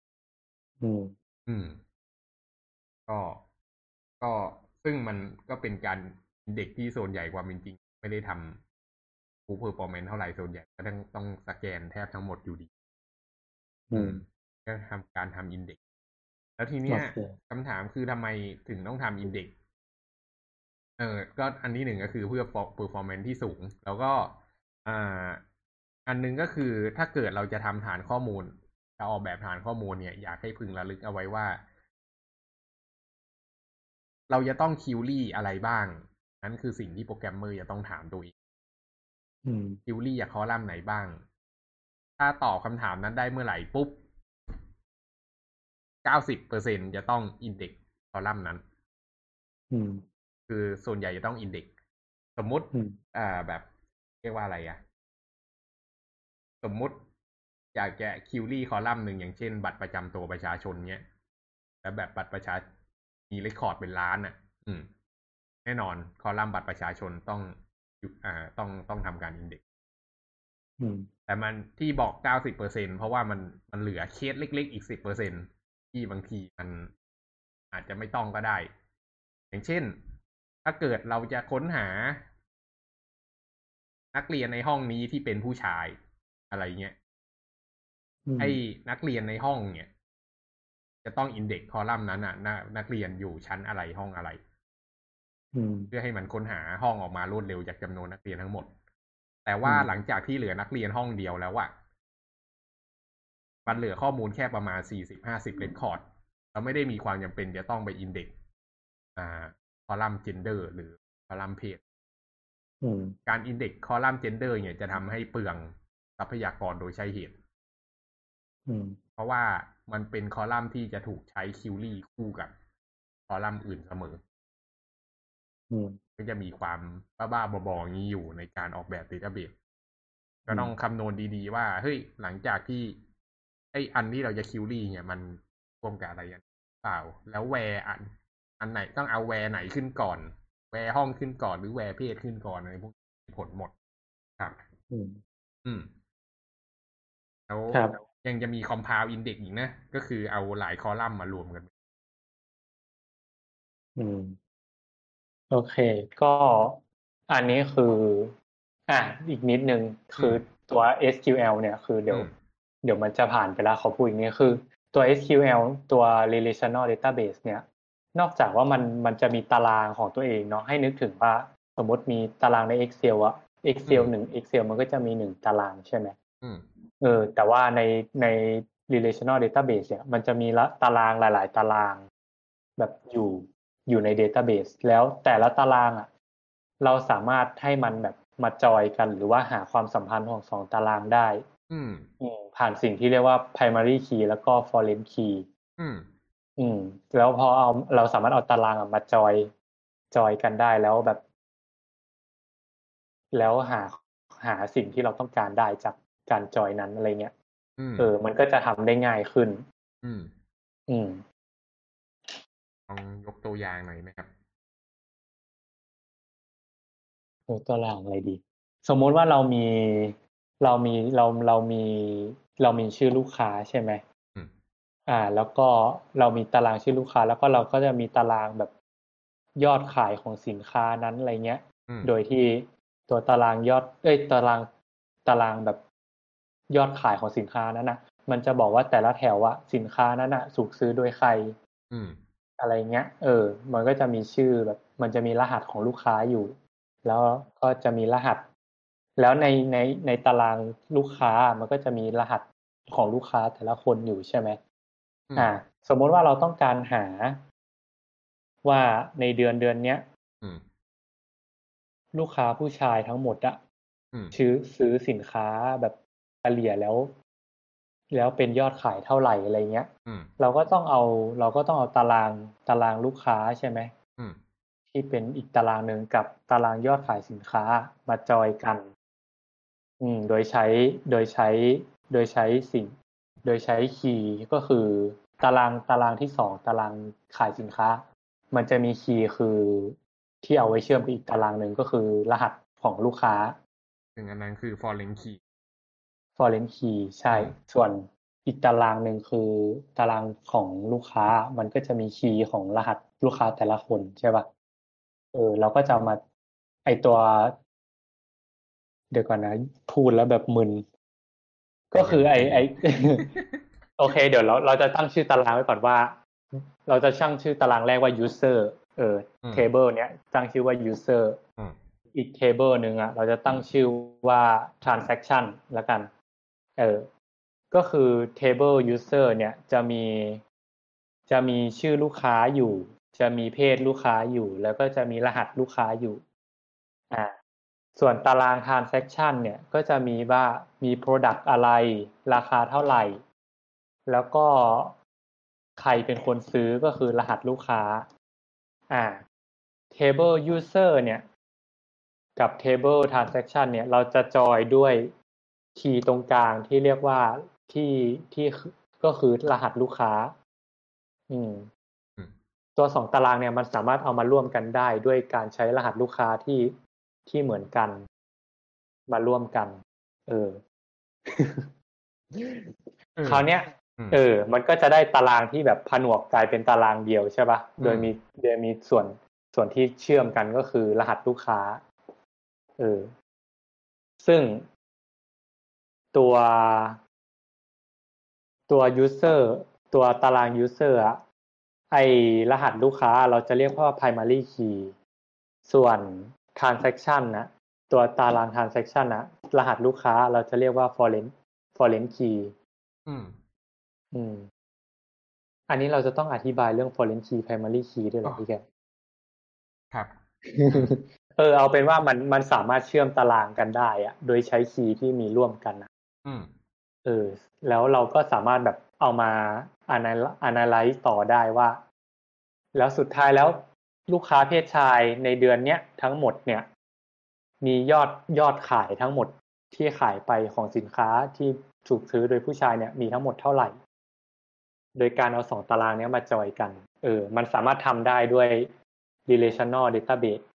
ก็ซึ่งมันก็เป็นการอินเด็กซ์ที่ส่วนใหญ่ความเป็นจริงไม่ได้ทำfull performance เท่าไหร่ส่วนใหญ่ก็ต้องสแกนแทบทั้งหมดอยู่ดีก็ทำการทำอินเด็กซ์แล้วทีเนี้ยคำถามคือทำไมถึงต้องทำอินเด็กซ์ก็อันที่หนึ่งก็คือเพื่อ performance ที่สูง แล้วก็อันนึงก็คือถ้าเกิดเราจะทำฐานข้อมูลจะออกแบบฐานข้อมูลเนี่ยอยากให้พึงระลึกเอาไว้ว่าเราจะต้องคิวรี่อะไรบ้างนั่นคือสิ่งที่โปรแกรมเมอร์จะต้องถามตัวเองคิวรี่คอลัมน์ไหนบ้างถ้าตอบคำถามนั้นได้เมื่อไหร่ปุ๊บ 90% จะต้องอินเด็กซ์คอลัมน์นั้นคือส่วนใหญ่จะต้องอินเด็กซ์สมมุติแบบเรียกว่าอะไรสมมุติอยากจะคิวรี่คอลัมน์หนึ่งอย่างเช่นบัตรประจำตัวประชาชนเนี้ยแล้วแบบบัตรประชามีเรคคอร์ดเป็นล้านแน่นอนคอลัมน์บัตรประชาชนต้องทำการอินเด็กซ์แต่มันที่บอก 90% เพราะว่ามันเหลือเคสเล็กๆอีก 10% ที่บางทีมันอาจจะไม่ต้องก็ได้อย่างเช่นถ้าเกิดเราจะค้นหานักเรียนในห้องนี้ที่เป็นผู้ชายอะไรเงี้ยให้นักเรียนในห้องเนี่ยจะต้องอินเด็กซ์คอลัมน์นั้นนักเรียนอยู่ชั้นอะไรห้องอะไรเพื่อให้มันค้นหาห้องออกมารวดเร็วจากจำนวนนักเรียนทั้งหมดแต่ว่าหลังจากที่เหลือนักเรียนห้องเดียวแล้วมันเหลือข้อมูลแค่ประมาณ 40-50 เรคคอร์ดเราไม่ได้มีความจำเป็นจะต้องไปอินเด็กซ์คอลัมน์ gender หรือคอลัมน์เพศการอินเด็กซ์คอลัมน์ gender เนี่ยจะทำให้เปลืองทรัพยากรโดยใช้เหตุเพราะว่ามันเป็นคอลัมน์ที่จะถูกใช้คิวรี่คู่กับคอลัมน์อื่นเสมอก็จะมีความบ้าๆบอๆอย่างนี้อยู่ในการออกแบบ database ก็ต้องคำนวณดีๆว่าเฮ้ยหลังจากที่อันที่เราจะคิวรี่เนี่ยมันร่วมกับอะไรกันเปล่าแล้วแวร์อันไหนต้องเอาแวร์ไหนขึ้นก่อนแวร์ห้องขึ้นก่อนหรือแวร์เพศขึ้นก่อนอะไรพวกผลหมดครับแล้วยังจะมีคอมพาวอินเด็กซ์อีกนะก็คือเอาหลายคอลัมน์มารวมกันโอเคก็อันนี้คืออีกนิดนึงคือตัว SQL เนี่ยคือเดี๋ยวมันจะผ่านไปแล้วขอพูดอีกนิดคือตัว SQL ตัว relational database เนี่ยนอกจากว่ามันจะมีตารางของตัวเองเนาะให้นึกถึงว่าสมมติมีตารางใน Excel Excel 1 Excel มันก็จะมี1ตารางใช่ไหมแต่ว่าใน relational database เนี่ยมันจะมีตารางหลายๆตารางแบบอยู่ใน database แล้วแต่ละตารางเราสามารถให้มันแบบมาจอยกันหรือว่าหาความสัมพันธ์ของ2ตารางได้ผ่านสิ่งที่เรียกว่า primary key แล้วก็ foreign key แล้วพอเราสามารถเอาตารางมาจอยกันได้แล้วแบบแล้วหาสิ่งที่เราต้องการได้จากการจอยนั้นอะไรเงี้ยมันก็จะทำได้ง่ายขึ้นลองยกตัวอย่างหน่อยไหมครับตัวอย่างอะไรดีสมมติว่าเรามีชื่อลูกค้าใช่ไหมแล้วก็เรามีตารางชื่อลูกค้าแล้วก็เราก็จะมีตารางแบบยอดขายของสินค้านั้นอะไรเงี้ยโดยที่ตัวตารางยอดตารางแบบยอดขายของสินค้านั้นมันจะบอกว่าแต่ละแถวสินค้านั้นถูกซื้อโดยใครอะไรเงี้ยมันก็จะมีชื่อแบบมันจะมีรหัสของลูกค้าอยู่แล้วก็จะมีรหัสแล้วในตารางลูกค้ามันก็จะมีรหัสของลูกค้าแต่ละคนอยู่ใช่ไหมสมมติว่าเราต้องการหาว่าในเดือนเนี้ยลูกค้าผู้ชายทั้งหมดซื้อสินค้าแบบเฉลี่ยแล้วเป็นยอดขายเท่าไหร่อะไรเงี้ยเราก็ต้องเอาตารางลูกค้าใช่ไหมที่เป็นอีกตารางหนึ่งกับตารางยอดขายสินค้ามาจอยกันโดยใช้คีย์ก็คือตารางที่2ตารางขายสินค้ามันจะมีคีย์คือที่เอาไว้เชื่อมไปอีกตารางหนึ่งก็คือรหัสของลูกค้าซึ่งอันนั้นคือ foreign key ใช่ส่วนอีกตารางหนึ่งคือตารางของลูกค้ามันก็จะมีคีย์ของรหัสลูกค้าแต่ละคนใช่ป่ะเราก็จะมาไอตัวเดี๋ยวก่อนนะพูดแล้วแบบมึนก็คือไอโอเคเดี๋ยวเราจะตั้งชื่อตารางไว้ก่อนว่าเราจะตั้งชื่อตารางแรกว่า user table เนี้ยตั้งชื่อว่า user อีก table นึงอ่ะเราจะตั้งชื่อว่า transaction แล้วกันก็คือ table user เนี่ยจะมีชื่อลูกค้าอยู่จะมีเพศลูกค้าอยู่แล้วก็จะมีรหัสลูกค้าอยู่ส่วนตาราง transaction เนี่ยก็จะมีว่ามี product อะไรราคาเท่าไหร่แล้วก็ใครเป็นคนซื้อก็คือรหัสลูกค้าtable user เนี่ยกับ table transaction เนี่ยเราจะจอยด้วยคีย์ตรงกลางที่เรียกว่าที่ก็คือรหัสลูกค้าตัว2ตารางเนี่ยมันสามารถเอามาร่วมกันได้ด้วยการใช้รหัสลูกค้าที่เหมือนกันมาร่วมกันคราวเนี้ยมันก็จะได้ตารางที่แบบผนวกกลายเป็นตารางเดียวใช่ป่ะโดยมีส่วนที่เชื่อมกันก็คือรหัสลูกค้าซึ่งตัว user ตัวตาราง user อะไอรหัสลูกค้าเราจะเรียกว่า primary key ส่วน transaction นะตัวตาราง transaction นะรหัสลูกค้าเราจะเรียกว่า foreign key อันนี้เราจะต้องอธิบายเรื่อง foreign key primary key ด้วยเหรอพี่แกครับเอาเป็นว่ามันสามารถเชื่อมตารางกันได้อะโดยใช้คีย์ที่มีร่วมกันนะแล้วเราก็สามารถแบบเอามา analyze ต่อได้ว่าแล้วสุดท้ายแล้วลูกค้าเพศชายในเดือนเนี้ยทั้งหมดเนี่ยมียอดขายทั้งหมดที่ขายไปของสินค้าที่ถูกซื้อโดยผู้ชายเนี่ยมีทั้งหมดเท่าไหร่โดยการเอา2ตารางนี้มาจอยกันมันสามารถทำได้ด้วย relational database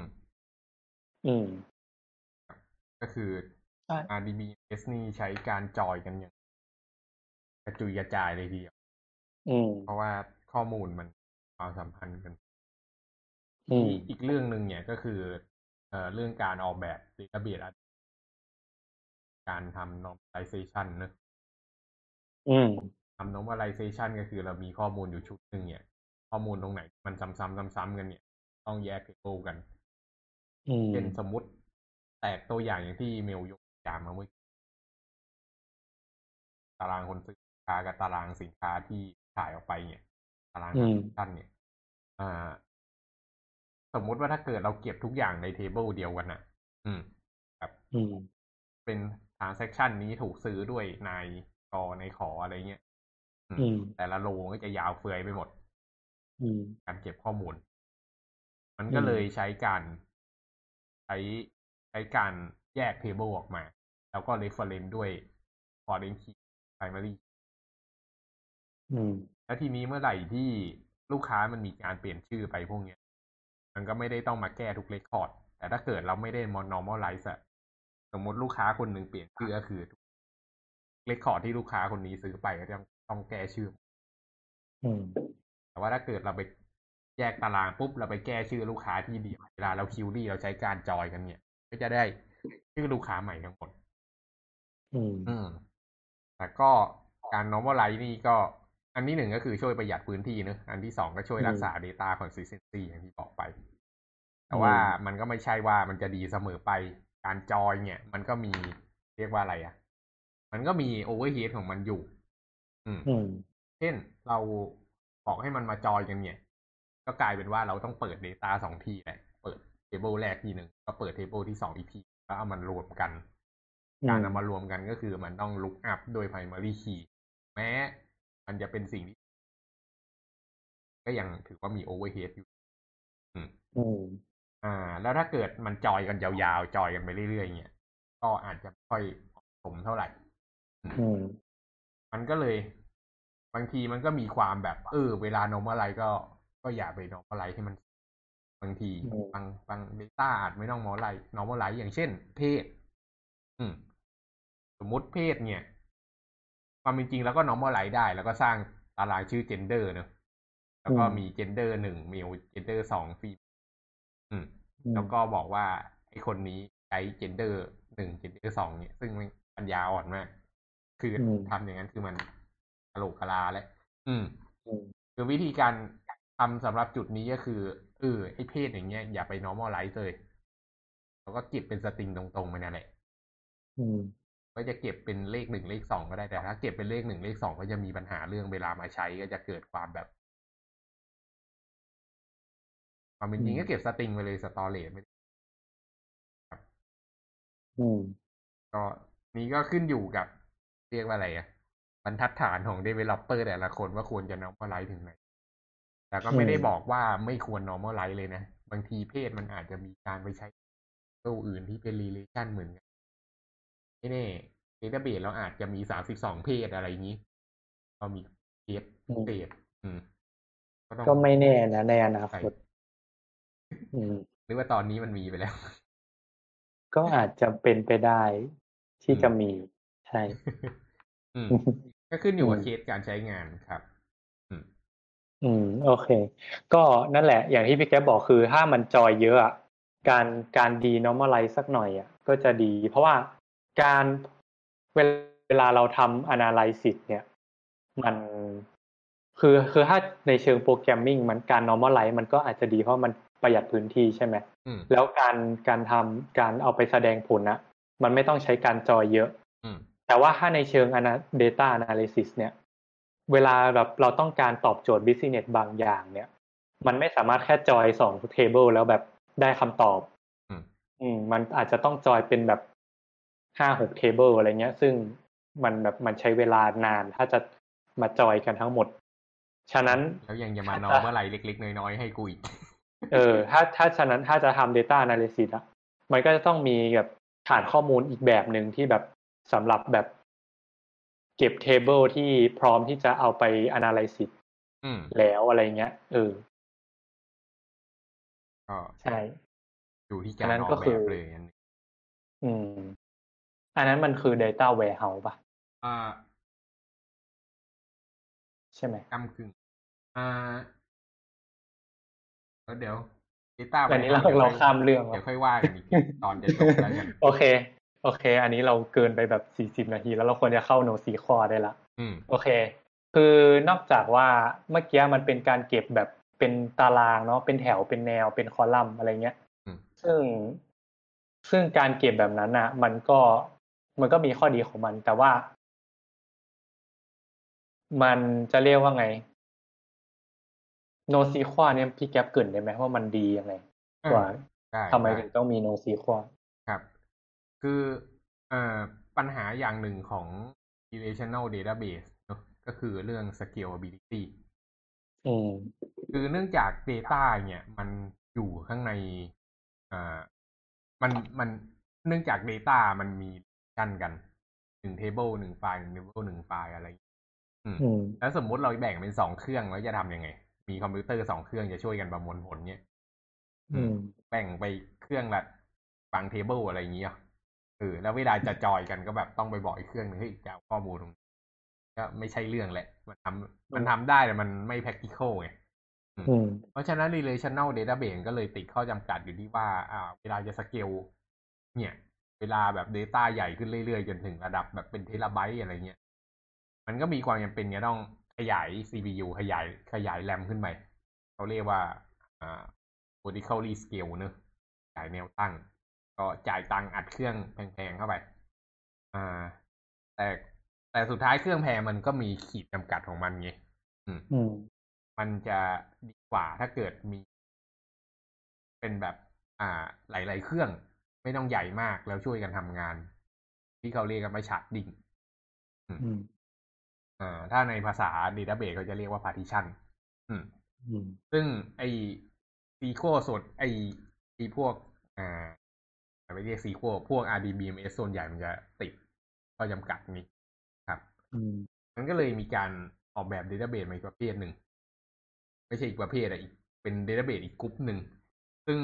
ก็คือ RDBMS นี่ใช้การจอยกันอย่างกระจุยกระจายเลยทีเดียวเพราะว่าข้อมูลมันความสัมพันธ์กันอีกเรื่องนึงเนี่ยก็คือเรื่องการออกแบบ database การทำ normalization นะทำ normalization ก็คือเรามีข้อมูลอยู่ชุดนึงเนี่ยข้อมูลตรงไหนมันซ้ำๆกันเนี่ยต้องแยก table กันเช่นสมมุติแตกตัวอย่างที่เมลยกตัวอย่างมาเมื่อตารางคนซื้อสินค้ากับตารางสินค้าที่ขายออกไปเนี่ยตารางtransactionเนี่ยสมมุติว่าถ้าเกิดเราเก็บทุกอย่างในเทเบิลเดียวกันน่ะแบบเป็น transaction นี้ถูกซื้อด้วยนายกในขออะไรเงี้ยแต่ละโลก็จะยาวเฟือยไปหมดการเก็บข้อมูลมันก็เลยใช้การแยก table ออกมาแล้วก็ reference ด้วย foreign key primary แล้วทีนี้เมื่อไหร่ที่ลูกค้ามันมีการเปลี่ยนชื่อไปพวกเนี้ยมันก็ไม่ได้ต้องมาแก้ทุก record แต่ถ้าเกิดเราไม่ได้ normalize สมมติลูกค้าคนหนึ่งเปลี่ยนชื่อก็คือ record ที่ลูกค้าคนนี้ซื้อไปก็ต้องแก้ชื่อแต่ว่าถ้าเกิดเราไปแยกตารางปุ๊บเราไปแก้ชื่อลูกค้าที่เดียวเวลาเราคิวรี่เราใช้การจอยกันเนี่ยก็จะได้ชื่อลูกค้าใหม่ทั้งหมดแต่ก็การ normalize นี่ก็อันที่1ก็คือช่วยประหยัดพื้นที่นะอันที่2ก็ช่วยรักษา data consistency อย่างที่บอกไปแต่ว่ามันก็ไม่ใช่ว่ามันจะดีเสมอไปการจอยเนี่ยมันก็มีเรียกว่าอะไรมันก็มี overhead ของมันอยู่เช่นเราบอกให้มันมาจอยกันเนี่ยก็กลายเป็นว่าเราต้องเปิด data 2 ทีแหละเปิด table แรกทีนึงก็เปิด table ที่2อีกทีแล้วเอามันรวมกันการเอามารวมกันก็คือมันต้อง look up โดย primary key แม้มันจะเป็นสิ่งที่ก็ยังถือว่ามี overhead อยู่แล้วถ้าเกิดมันจอยกันยาวๆจอยกันไปเรื่อยๆเนี่ยก็อาจจะไม่ค่อยเหมาะสมเท่าไหร่มันก็เลยบางทีมันก็มีความแบบเวลา normalize ก็อย่าไป normalize ให้มันบางทีบาง data อาจไม่ต้อง normalize อย่างเช่นเพศสมมุติเพศเนี่ยความจริงแล้วก็ normalize ได้แล้วก็สร้างตารางชื่อ gender เนอะแล้วก็มี gender 1 male gender 2 female แล้วก็บอกว่าไอ้คนนี้ใช้ gender 1 gender 2เนี่ยซึ่งมันปัญญาอ่อนมากคือทำอย่างนั้นคือมันกะโหลกกะลาแล้วคือวิธีการทำสำหรับจุดนี้ก็คือไอ้เพศอย่างเงี้ยอย่าไป normalize เลยเราก็เก็บเป็นสตริงตรงๆไปนั่นแหละก็จะเก็บเป็นเลขหนึ่งเลขสองก็ได้แต่ถ้าเก็บเป็นเลขหนึ่งเลขสองก็จะมีปัญหาเรื่องเวลามาใช้ก็จะเกิดความแบบความเป็นจริงก็เก็บสตริงไปเลยสตอเรจไม่ครับก็นี้ก็ขึ้นอยู่กับเรียกว่าอะไรบรรทัดฐานของ developer แต่ละคนว่าควรจะ normalize ถึงไหนแต่ก็ไม่ได้บอกว่าไม่ควร normalize เลยนะบางทีเพศมันอาจจะมีการไปใช้ตัวอื่นที่เป็น relation เหมือนกันไม่แน่ database เราอาจจะมี32เพศอะไรอย่างนี้ก็มีเพศเศษก็ไม่แน่นะในอนาคตหรือว่าตอนนี้มันมีไปแล้วก็อาจจะเป็นไปได้ที่จะมีใช่ก็ขึ้นอยู่กับเคสการใช้งานครับโอเค ก็นั่นแหละ อย่างที่พี่แก๊ปบอกคือถ้ามันจอยเยอะอ่ะการดี normalize สักหน่อยอ่ะก็จะดี เพราะว่าการเวลาเราทำ analysis เนี่ยมันคือถ้าในเชิงโปรแกรมมิ่งมันการ normalize มันก็อาจจะดีเพราะมันประหยัดพื้นที่ใช่ไหมแล้วการเอาไปแสดงผลนะมันไม่ต้องใช้การจอยเยอะแต่ว่าถ้าในเชิง data analysis เนี่ยเวลาแบบเราต้องการตอบโจทย์ business บางอย่างเนี่ยมันไม่สามารถแค่จอย2 table แล้วแบบได้คำตอบมันอาจจะต้องจอยเป็นแบบ5-6 table อะไรเงี้ยซึ่งมันใช้เวลานานถ้าจะมาจอยกันทั้งหมดฉะนั้นแล้วยังจะมานอนเมื่อไหร่เล็กๆน้อยๆให้กูอีกถ้าฉะนั้นถ้าจะทำ data analysis อ่ะมันก็จะต้องมีแบบฐานข้อมูลอีกแบบหนึ่งที่แบบสำหรับแบบเก็บ table ที่พร้อมที่จะเอาไป analysis แล้วอะไรเงี้ยก็ใช่อยู่ที่การออกแบบเลยอันนั้นมันคือ data warehouse ป่ะใช่ไหมกำกึ่งเดี๋ยว data อันนี้เราข้ามเรื่องเดี๋ยวค่อยว่ากันอีกตอนจะจบแล้วกันโอเคอันนี้เราเกินไปแบบ40 นาทีแล้วเราควรจะเข้า NoSQL ได้ละโอเคคือนอกจากว่าเมื่อกี้มันเป็นการเก็บแบบเป็นตารางเนาะเป็นแถวเป็นแนวเป็นคอลัมน์อะไรเงี้ยซึ่งการเก็บแบบนั้นอ่ะมันก็มีข้อดีของมันแต่ว่ามันจะเรียกว่าไง NoSQL เนี่ยพี่แก๊ปเกริ่นได้ไหมว่ามันดียังไงกว่าทำไมถึงต้องมี NoSQL ครับคือปัญหาอย่างหนึ่งของ relational database เนอะก็คือเรื่อง scalability คือเนื่องจาก data เนี่ยมันอยู่ข้างในมันเนื่องจาก data มันมีกัน1 table 1 ไฟล์1 table 1 ไฟล์อะไรแล้วสมมุติเราแบ่งเป็น2 เครื่องแล้วจะทำยังไงมีคอมพิวเตอร์2 เครื่องจะช่วยกันประมวลผลเนี่ยแบ่งไปเครื่องละบาง table อะไรอย่างเงี้ยแล้วเวลาจะจอยกันก็แบบต้องไปบอกอีกเครื่องนึงให้จะเอาข้อมูลตรงก็ไม่ใช่เรื่องแหละมันทำได้แต่มันไม่ practical ไงเพราะฉะนั้น relational database ก็เลยติดข้อจำกัดอยู่ที่ว่าเวลาจะสเกลเนี่ยเวลาแบบ data ใหญ่ขึ้นเรื่อยๆจนถึงระดับแบบเป็นเทราไบต์อะไรเงี้ยมันก็มีความจำเป็นจะต้องขยาย CPU ขยายแรมขึ้นไปเขาเรียกว่าvertically scale เนอะขยายแนวตั้งก็จ่ายตังค์อัดเครื่องแพงๆเข้าไปแต่สุดท้ายเครื่องแพงมันก็มีขีดจำกัดของมันไงมันจะดีกว่าถ้าเกิดมีเป็นแบบหลายๆเครื่องไม่ต้องใหญ่มากแล้วช่วยกันทำงานที่เขาเรียกกันว่าชาร์ดดิ้งถ้าในภาษา database เขาจะเรียกว่า partition ซึ่งไอ้ SQL ส่วนไอ้พวกไม่เรียก SQL พวก RDBMS ส่วนใหญ่มันจะติดข้อจำกัดนี้ครับมันก็เลยมีการออกแบบ database มาอีกประเภทหนึ่งไม่ใช่อีกประเภทอีกเป็น database อีกกลุ่มหนึ่งซึ่ง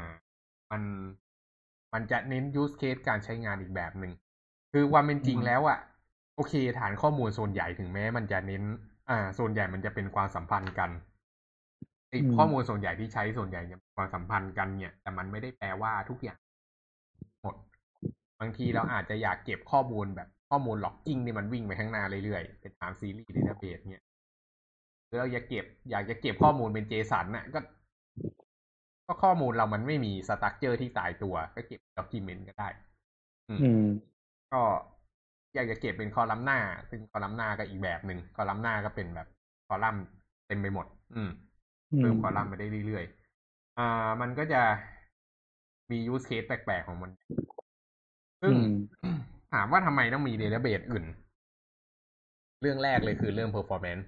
มันจะเน้น use case การใช้งานอีกแบบหนึ่งคือความเป็นจริงแล้วโอเคฐานข้อมูลส่วนใหญ่ถึงแม้มันจะเน้นส่วนใหญ่มันจะเป็นความสัมพันธ์กันข้อมูลส่วนใหญ่ที่ใช้ส่วนใหญ่จะเป็นความสัมพันธ์กันเนี่ยแต่มันไม่ได้แปลว่าทุกอย่างหมดบางทีเราอาจจะอยากเก็บข้อมูลแบบข้อมูลล็อกกิ้งที่มันวิ่งไปข้างหน้าเรื่อยๆเป็นตามซีรีส์ database เนี่ยหรือเราอยากจะเก็บข้อมูลเป็น JSON น่ะก็ก็ข้อมูลเรามันไม่มีสตรัคเจอร์ที่ตายตัวก็เก็บด็อกิเมนต์ก็ได้ ก็อยากจะเก็บเป็นคอลัมน์หน้าซึ่งคอลัมน์หน้าก็อีกแบบหนึ่งคอลัมน์หน้าก็เป็นแบบคอลัมน์เต็มไปหมดเพิ่มคอลัมน์ไปได้เรื่อยๆมันก็จะมียูสเคสแปลกๆของมันซึ่งถามว่าทำไมต้องมีเดต้าเบสอื่นเรื่องแรกเลยคือเรื่อง performance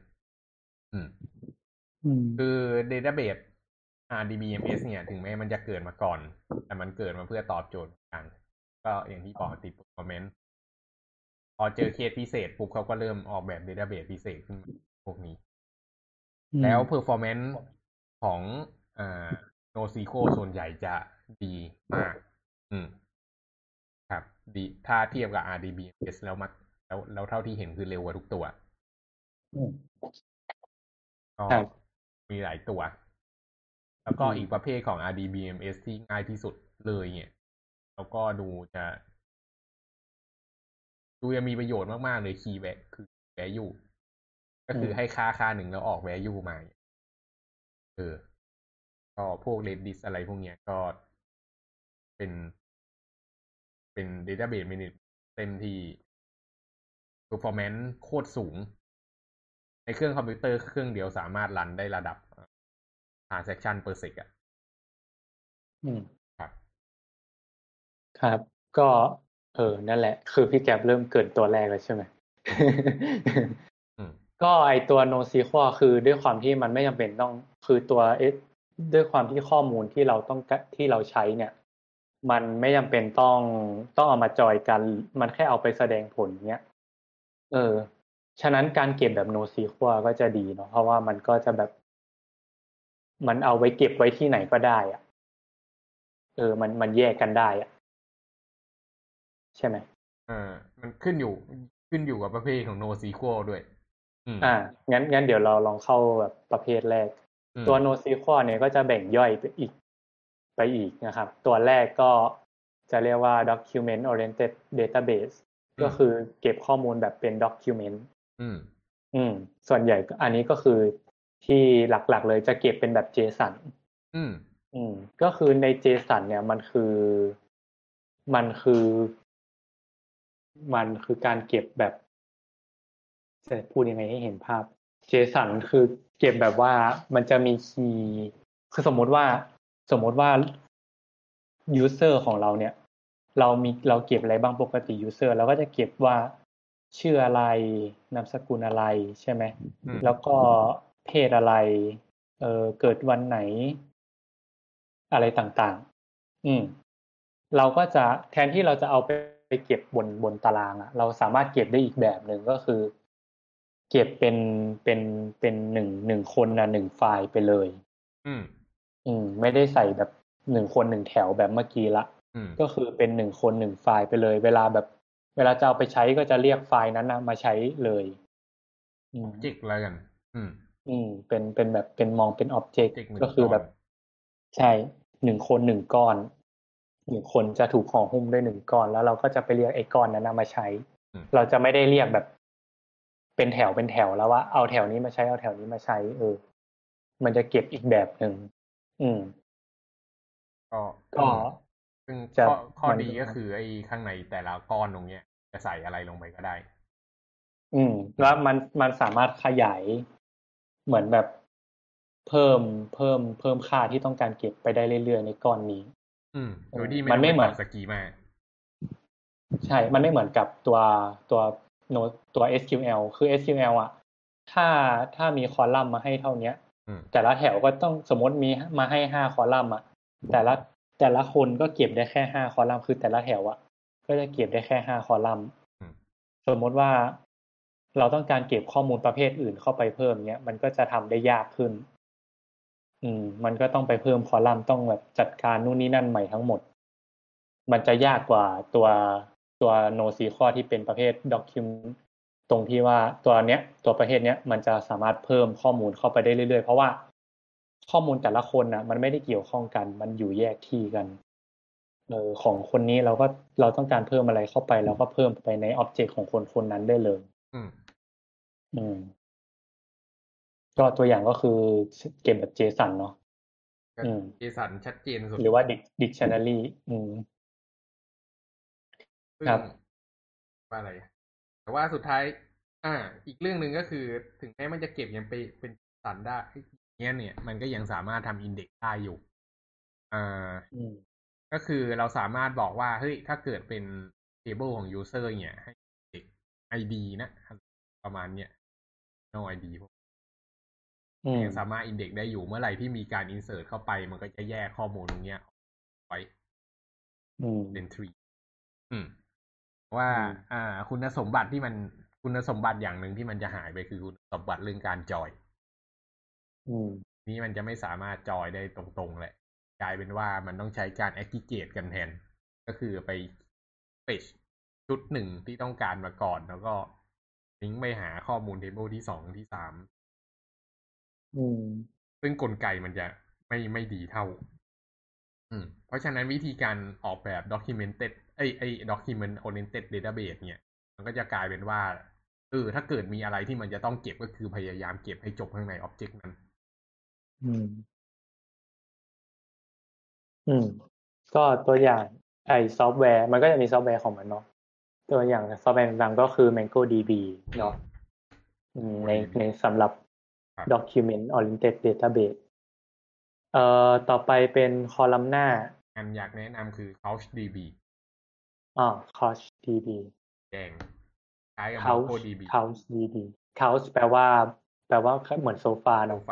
คือ database RDBMS เนี่ยถึงแม้มันจะเกิดมาก่อนแต่มันเกิดมาเพื่อตอบโจทย์กันก็อย่างที่บอกติด performance พอเจอเคสพิเศษปุ๊บเขาก็เริ่มออกแบบ database พิเศษขึ้นพวกนี้แล้ว performance ของNoSQL ส่วนใหญ่จะดีมากครับดีถ้าเทียบกับ RDBMS แล้วเท่าที่เห็นคือเร็วกว่าทุกตัวก็มีหลายตัวแล้วก็อีกประเภทของ RDBMS ที่ง่ายที่สุดเลยเนี่ยแล้วก็ดูจะมีประโยชน์มากๆเลย key value คือ value ก็คือให้ค่าหนึ่งแล้วออก value มาก็พวก Redis อะไรพวกเนี้ยก็เป็น database management ที่ performance โคตรสูงในเครื่องคอมพิวเตอร์เครื่องเดียวสามารถรันได้ระดับ transaction per sec ครับก็นั่นแหละคือพี่แก๊ปเริ่มเกิดตัวแรกแล้วใช่ไหม ก็ไอตัว NoSQL คือด้วยความที่มันไม่จำเป็นต้องคือตัวด้วยความที่ข้อมูลที่เราใช้เนี่ยมันไม่จำเป็นต้องเอามาจอยกันมันแค่เอาไปแสดงผลเนี้ยฉะนั้นการเก็บแบบ NoSQL ก็จะดีเนาะเพราะว่ามันก็จะแบบมันเอาไว้เก็บไว้ที่ไหนก็ได้อะมันแยกกันได้อะใช่ไหมมันขึ้นอยู่กับประเภทของ NoSQL ด้วยงั้นเดี๋ยวเราลองเข้าแบบประเภทแรกตัว NoSQL เนี่ยก็จะแบ่งย่อยไปอีกนะครับตัวแรกก็จะเรียกว่า Document Oriented Database ก็คือเก็บข้อมูลแบบเป็น document ส่วนใหญ่อันนี้ก็คือที่หลักๆเลยจะเก็บเป็นแบบ JSON ก็คือใน JSON เนี่ยมันคือการเก็บแบบจะพูดยังไงให้เห็นภาพ JSON คือเก็บแบบว่ามันจะมีคีย์คือสมมติว่า user ของเราเนี่ยเราเก็บอะไรบ้างปกติ user เราก็จะเก็บว่าชื่ออะไรนามสกุลอะไรใช่ไหมแล้วก็เพศอะไรเกิดวันไหนอะไรต่างๆเราก็จะแทนที่เราจะเอาไปเก็บบนตารางเราสามารถเก็บได้อีกแบบหนึ่งก็คือเก็บเป็นหนึ่งคนหนึ่งไฟล์ไปเลยไม่ได้ใส่แบบหนึ่งคนหนึ่งแถวแบบเมื่อกี้ละก็คือเป็นหนึ่งคนหนึ่งไฟล์ไปเลยเวลาจะเอาไปใช้ก็จะเรียกไฟล์นั้นมาใช้เลย object แล้วกันเป็นแบบเป็นมองเป็น object ก็คือแบบใช่หนึ่งคนหนึ่งก้อนหนึ่งคนจะถูกห่อหุ้มด้วยหนึ่งก้อนแล้วเราก็จะไปเรียกไอ้ก้อนนั้นมาใช้เราจะไม่ได้เรียกแบบเป็นแถวแล้วว่าเอาแถวนี้มาใช้เอาแถวนี้มาใช้มันจะเก็บอีกแบบหนึ่งก็ซึ่งข้อดีก็คือไอ้ข้างในแต่ละก้อนตรงเนี้ยจะใส่อะไรลงไปก็ได้แล้วมันสามารถขยายเหมือนแบบเพิ่มค่าที่ต้องการเก็บไปได้เรื่อยๆในก้อนนี้โดยที่มันไม่เหมือนสกีมาใช่มันไม่เหมือนกับตัว SQL คือ SQL อ่ะถ้ามีคอลัมน์มาให้เท่านี้แต่ละแถวก็ต้องสมมติมีมาให้5คอลัมน์อ่ะแต่ละคนก็เก็บได้แค่5คอลัมน์คือแต่ละแถวอ่ะก็จะเก็บได้แค่5คอลัมน์สมมติว่าเราต้องการเก็บข้อมูลประเภทอื่นเข้าไปเพิ่มเนี้ยมันก็จะทำได้ยากขึ้นมันก็ต้องไปเพิ่มคอลัมน์ต้องแบบจัดการนู่นนี่นั่นใหม่ทั้งหมดมันจะยากกว่าตัว NoSQL ที่เป็นประเภท document ตรงที่ว่าตัวประเภทเนี้ยมันจะสามารถเพิ่มข้อมูลเข้าไปได้เรื่อยๆเพราะว่าข้อมูลแต่ละคนมันไม่ได้เกี่ยวข้องกันมันอยู่แยกที่กันของคนนี้เราต้องการเพิ่มอะไรเข้าไปเราก็เพิ่มไปในอ็อบเจกต์ของคนนั้นได้เลยก็ตัวอย่างก็คือเก็บแบบ JSON เนาะ JSON ชัดเจนสุดหรือว่า dictionary ซึ่งครับว่าอะไรแต่ว่าสุดท้ายอีกเรื่องหนึ่งก็คือถึงแม้มันจะเก็บยังไปเป็นสันได้เนี่ยมันก็ยังสามารถทำอินเด็กซ์ได้อยู่ก็คือเราสามารถบอกว่าเฮ้ยถ้าเกิดเป็น table ของ user เนี่ยให้เด็ก ID นะประมาณเนี้ย no ID พวกยังสามารถอินเด็กซ์ได้อยู่เมื่อไหร่ที่มีการ insert เข้าไปมันก็จะแยกข้อมูลตรงเนี้ยไว้เป็น tree ว่าคุณสมบัติที่มันคุณสมบัติอย่างหนึ่งที่มันจะหายไปคือคุณสมบัติเรื่องการจอยนี้มันจะไม่สามารถจอยได้ตรงๆแหละกลายเป็นว่ามันต้องใช้การ aggregate กันแทนก็คือไป fetch ชุดหนึ่งที่ต้องการมาก่อนแล้วก็ลิงก์ไปหาข้อมูล table ที่2ที่3ซึ่งกลไกมันจะไม่ดีเท่าเพราะฉะนั้นวิธีการออกแบบ documented document oriented database เนี่ยมันก็จะกลายเป็นว่าถ้าเกิดมีอะไรที่มันจะต้องเก็บก็คือพยายามเก็บให้จบข้างใน object นั้นก็ตัวอย่างซอฟต์แวร์มันก็จะมีซอฟต์แวร์ของมันเนาะตัวอย่างซอฟต์แวร์ดังก็คือ MongoDB เนาะในสำหรับ document oriented database ต่อไปเป็นคอลัมนาอยากแนะนำคือ CouchDB CouchDB แดงคล้ายกับ MongoDB CouchDB Couch แปลว่าเหมือนโซฟาเนาะ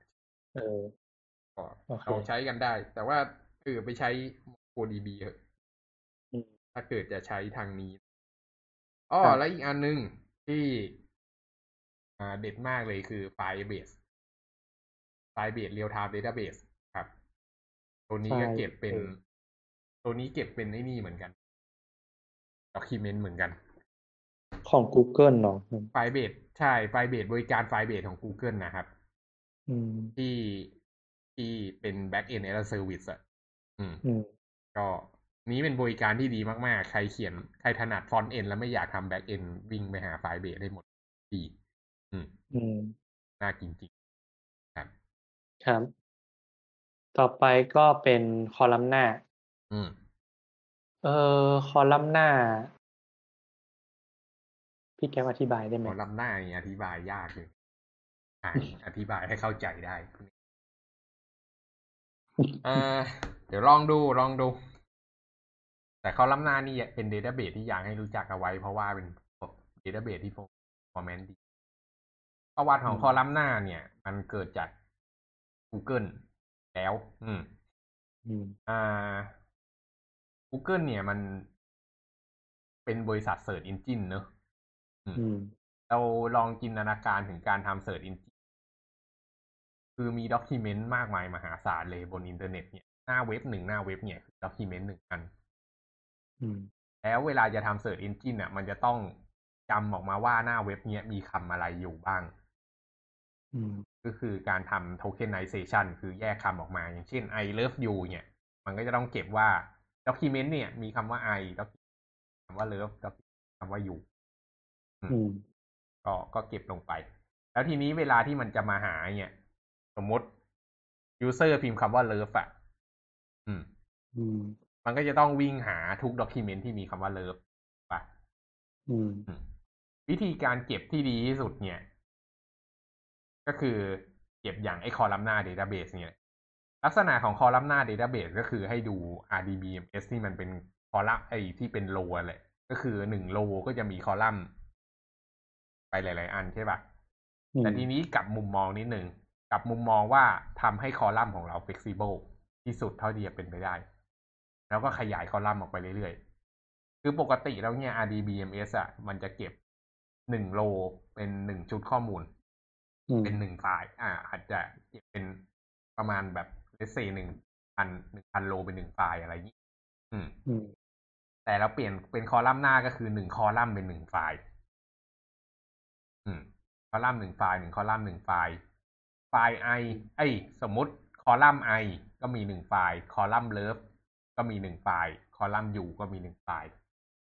เราใช้กันได้แต่ว่าไปใช้ MongoDB เถอะถ้าเกิดจะใช้ทางนี้แล้วอีกอันนึงที่เด็ดมากเลยคือ Firebase Real Time Database ครับตัวนี้ก็เก็บเป็นไอ้นี่เหมือนกัน document เหมือนกันของ Google เนาะ Firebase ใช่ Firebase บริการ Firebase ของ Google นะครับที่เป็น back end as a service ก็นี้เป็นบริการที่ดีมากๆใครถนัด front end แล้วไม่อยากทำ back end วิ่งไปหา Firebase ได้หมดดีน่าจริงๆครับต่อไปก็เป็นคอลัมนาคอลัมนาพี่แกอธิบายได้ไหมคอลัมนาอธิบายยากเลยอธิบายให้เข้าใจได้เดี๋ยวลองดูแต่คอลัมนานี่เป็นเดต้าเบสที่อยากให้รู้จักเอาไว้เพราะว่าเป็นเดต้าเบสที่performanceดีประวัติของคอลัมนาเนี่ยมันเกิดจาก Google แล้วGoogle เนี่ยมันเป็นบริษัท Search Engine เนอะเราลองจินตนาการถึงการทำ Search Engine คือมีด็อกิเมนต์มากมายมหาศาลเลยบนอินเทอร์เน็ตเนี่ยหน้าเว็บเนี่ยคือด็อกิเมนต์1 อันแล้วเวลาจะทำ Search Engine มันจะต้องจำออกมาว่าหน้าเว็บเนี้ยมีคำอะไรอยู่บ้างก็คือการทำ tokenization คือแยกคำออกมาอย่างเช่น I love you เนี่ยมันก็จะต้องเก็บว่า document เนี่ยมีคำว่า I คำว่า love คำว่า you ก็เก็บลงไปแล้วทีนี้เวลาที่มันจะมาหาเนี่ยสมมติ user พิมพ์คำว่า love มันก็จะต้องวิ่งหาทุก document ที่มีคำว่า love ป่ะวิธีการเก็บที่ดีที่สุดเนี่ยก็คือเก็บอย่างไอ้ columnar database เนี่ยลักษณะของ columnar database ก็คือให้ดู RDBMS ที่มันเป็นคอลัมน์ที่เป็นโลแหละก็คือ1โลก็จะมีคอลัมน์ไปหลายๆอันใช่ป่ะแต่ทีนี้กลับมุมมองนิดนึงกับมุมมองว่าทำให้คอลัมน์ของเรา flexible ที่สุดเท่าที่จะเป็นไปได้แล้วก็ขยายคอลัมน์ออกไปเรื่อยๆคือปกติแล้วเนี่ย RDBMS มันจะเก็บ1โลเป็น1ชุดข้อมูลเป็น1ไฟล์อาจจะเก็บเป็นประมาณแบบเลสเซ1,000 โลเป็น1ไฟล์อะไรอย่างนี้แต่เราเปลี่ยนเป็นคอลัมน์หน้าก็คือ1คอลัมน์เป็น1ไฟล์คอลัมน์1ไฟล์1คอลัมน์1ไฟล์ไฟล์ i สมมุติคอลัมน์ i ก็มี1ไฟล์คอลัมน์ love ก็มี1ไฟล์คอลัมน์ u ก็มี1ไฟล์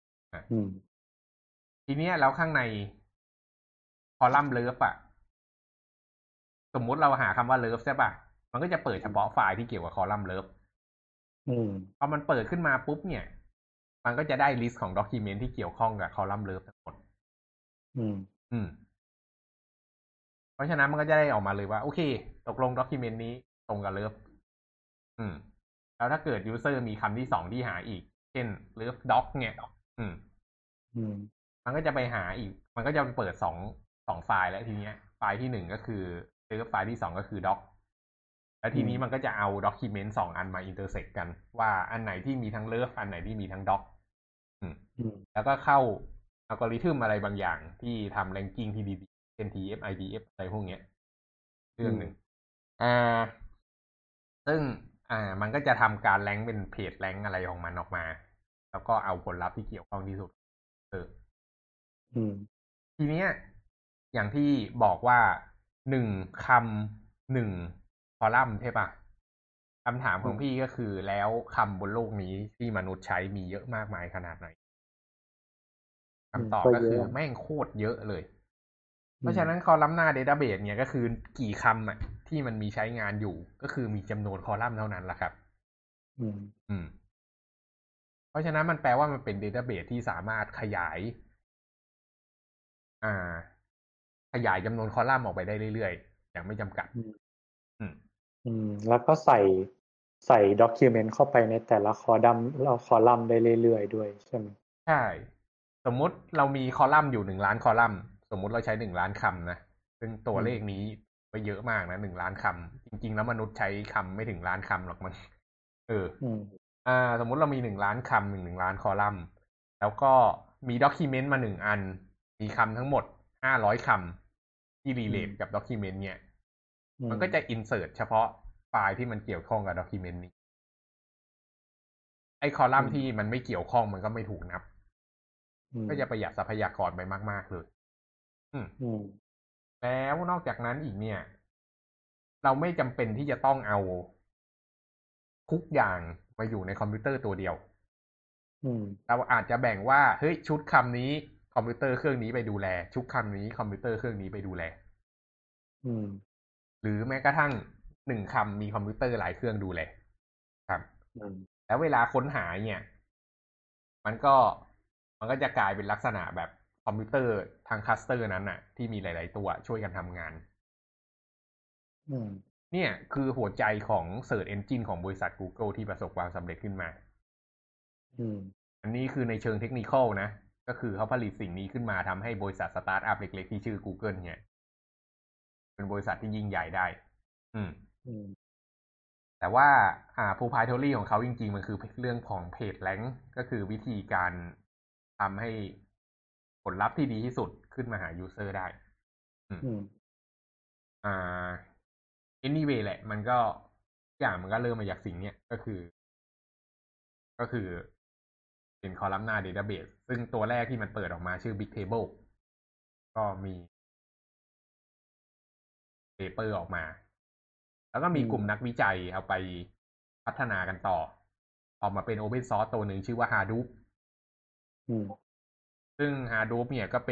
ทีนี้แล้วข้างในคอลัมน์ love สมมุติเราหาคำว่า love ใช่ป่ะมันก็จะเปิดเฉพาะไฟล์ที่เกี่ยวกับคอลัมน์เลิฟพอมันเปิดขึ้นมาปุ๊บเนี่ยมันก็จะได้ลิสต์ของด็อกิเมนต์ที่เกี่ยวข้องกับคอลัมน์เลิฟทั้งหมดเพราะฉะนั้นมันก็จะได้ออกมาเลยว่าโอเคตกลงด็อกิเมนต์นี้ตรงกับเลิฟแล้วถ้าเกิดยูเซอร์มีคำที่สองที่หาอีกเช่นเลิฟด็อกเนี่ยมันก็จะไปหาอีกมันก็จะเปิดสองไฟล์แล้วทีเนี้ยไฟล์ที่หนึ่งก็คือเลิฟไฟล์ที่สองก็คือด็อกแล้วทีนี้มันก็จะเอาด็อกิเมนต์2อันมาอินเตอร์เซกกันว่าอันไหนที่มีทั้งเลิฟอันไหนที่มีทั้งด็อกแล้วก็เข้าอัลกอริทึมอะไรบางอย่างที่ทำแรงกิ้งที่ดีๆเช่น TF IDF อะไรพวกเนี้ยเรื่องหนึ่งซึ่งมันก็จะทำการแรงเป็นเพจแรงอะไรของมันออกมาแล้วก็เอาผลลัพธ์ที่เกี่ยวข้องที่สุดทีเนี้ยอย่างที่บอกว่า1คำ1คอลัมน์ใช่ปะคำถามของพี่ก็คือแล้วคำบนโลกนี้ที่มนุษย์ใช้มีเยอะมากมายขนาดไหนคำตอบก็คือแม่งโคตรเยอะเลยเพราะฉะนั้นคอลัมน์หน้าเดต้าเบสเนี่ยก็คือกี่คำอ่ะที่มันมีใช้งานอยู่ก็คือมีจำนวนคอลัมน์เท่านั้นแหละครับเพราะฉะนั้นมันแปลว่ามันเป็นเดต้าเบสที่สามารถขยายจำนวนคอลัมน์ออกไปได้เรื่อยๆอย่างไม่จำกัดแล้วก็ใส่ด็อกิเมนต์เข้าไปในแต่ละคอลัมน์ได้เรื่อยๆด้วยใช่ไหมใช่สมมุติเรามีคอลัมน์อยู่1 ล้านคอลัมน์สมมุติเราใช้1 ล้านคำนะซึ่งตัวเลขนี้ไปเยอะมากนะ1 ล้านคำจริงๆแล้วมนุษย์ใช้คำไม่ถึงล้านคำหรอกมันสมมุติเรามี1 ล้านคำ1 ล้านคอลัมน์แล้วก็มีด็อกิเมนต์มา1อันมีคำทั้งหมด500คำที่รีเลทกับด็อกิเมนต์เนี่ยมันก็จะอินเสิร์ตเฉพาะไฟล์ที่มันเกี่ยวข้องกับด็อกิเมนต์นี้ไอ้คอลัมน์ที่มันไม่เกี่ยวข้องมันก็ไม่ถูกนับก็จะประหยัดทรัพยากรไปมากๆเลยแล้วนอกจากนั้นอีกเนี่ยเราไม่จำเป็นที่จะต้องเอาทุกอย่างมาอยู่ในคอมพิวเตอร์ตัวเดียวเราอาจจะแบ่งว่าเฮ้ยชุดคำนี้คอมพิวเตอร์เครื่องนี้ไปดูแลชุดคำนี้คอมพิวเตอร์เครื่องนี้ไปดูแลหรือแม้กระทั่ง1คำมีคอมพิวเตอร์หลายเครื่องดูแลครับแล้วเวลาค้นหาเนี่ยมันก็จะกลายเป็นลักษณะแบบคอมพิวเตอร์ทางคลัสเตอร์นั้นน่ะที่มีหลายๆตัวช่วยกันทำงานเนี่ยคือหัวใจของ Search Engine ของบริษัท Google ที่ประสบความสำเร็จขึ้นมาอันนี้คือในเชิงเทคนิคอลนะก็คือเขาผลิตสิ่งนี้ขึ้นมาทำให้บริษัทสตาร์ทอัพเล็กๆที่ชื่อ Google เนี่ยเป็นบริษัทที่ยิ่งใหญ่ได้แต่ว่าproprietary ของเขาจริงๆมันคือเรื่องของเพจแรงค์ก็คือวิธีการทำให้ผลลัพธ์ที่ดีที่สุดขึ้นมาหา user ได้anyway แหละมันก็อย่างมันก็เริ่มมาจากสิ่งเนี้ยก็คือเป็นคอลัมน์หน้า database ซึ่งตัวแรกที่มันเปิดออกมาชื่อ Big Table ก็มีเปเปอร์ออกมาแล้วก็มีกลุ่มนักวิจัยเอาไปพัฒนากันต่อออกมาเป็น Open Source ตัวหนึ่งชื่อว่า Hadoop ซึ่ง Hadoop เนี่ยก็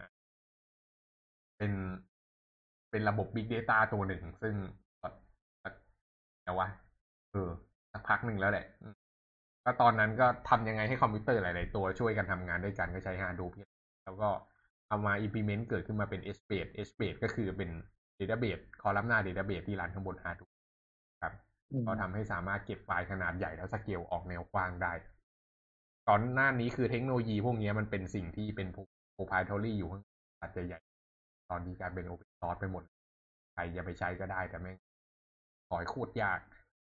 เป็นระบบ Big Data ตัวหนึ่งซึ่งแต่ว่าสักพักหนึ่งแล้วแหละก็ตอนนั้นก็ทำยังไงให้คอมพิวเตอร์หลายๆตัวช่วยกันทำงานด้วยกันก็ใช้ Hadoop แล้วก็เอามา implement เกิดขึ้นมาเป็น HBase ก็คือเป็น database คอลัมน์หน้า database ที่รันข้างบน Hadoop ครับก็ทำให้สามารถเก็บไฟล์ขนาดใหญ่แล้วสเกลออกแนวกว้างได้ตอนหน้านี้คือเทคโนโลยีพวกนี้มันเป็นสิ่งที่เป็น proprietary อยู่ข้างอาจจะใหญ่ตอนนี้กลายเป็น open source ไปหมดใครจะไปใช้ก็ได้แต่แม่งถอยโคตรยาก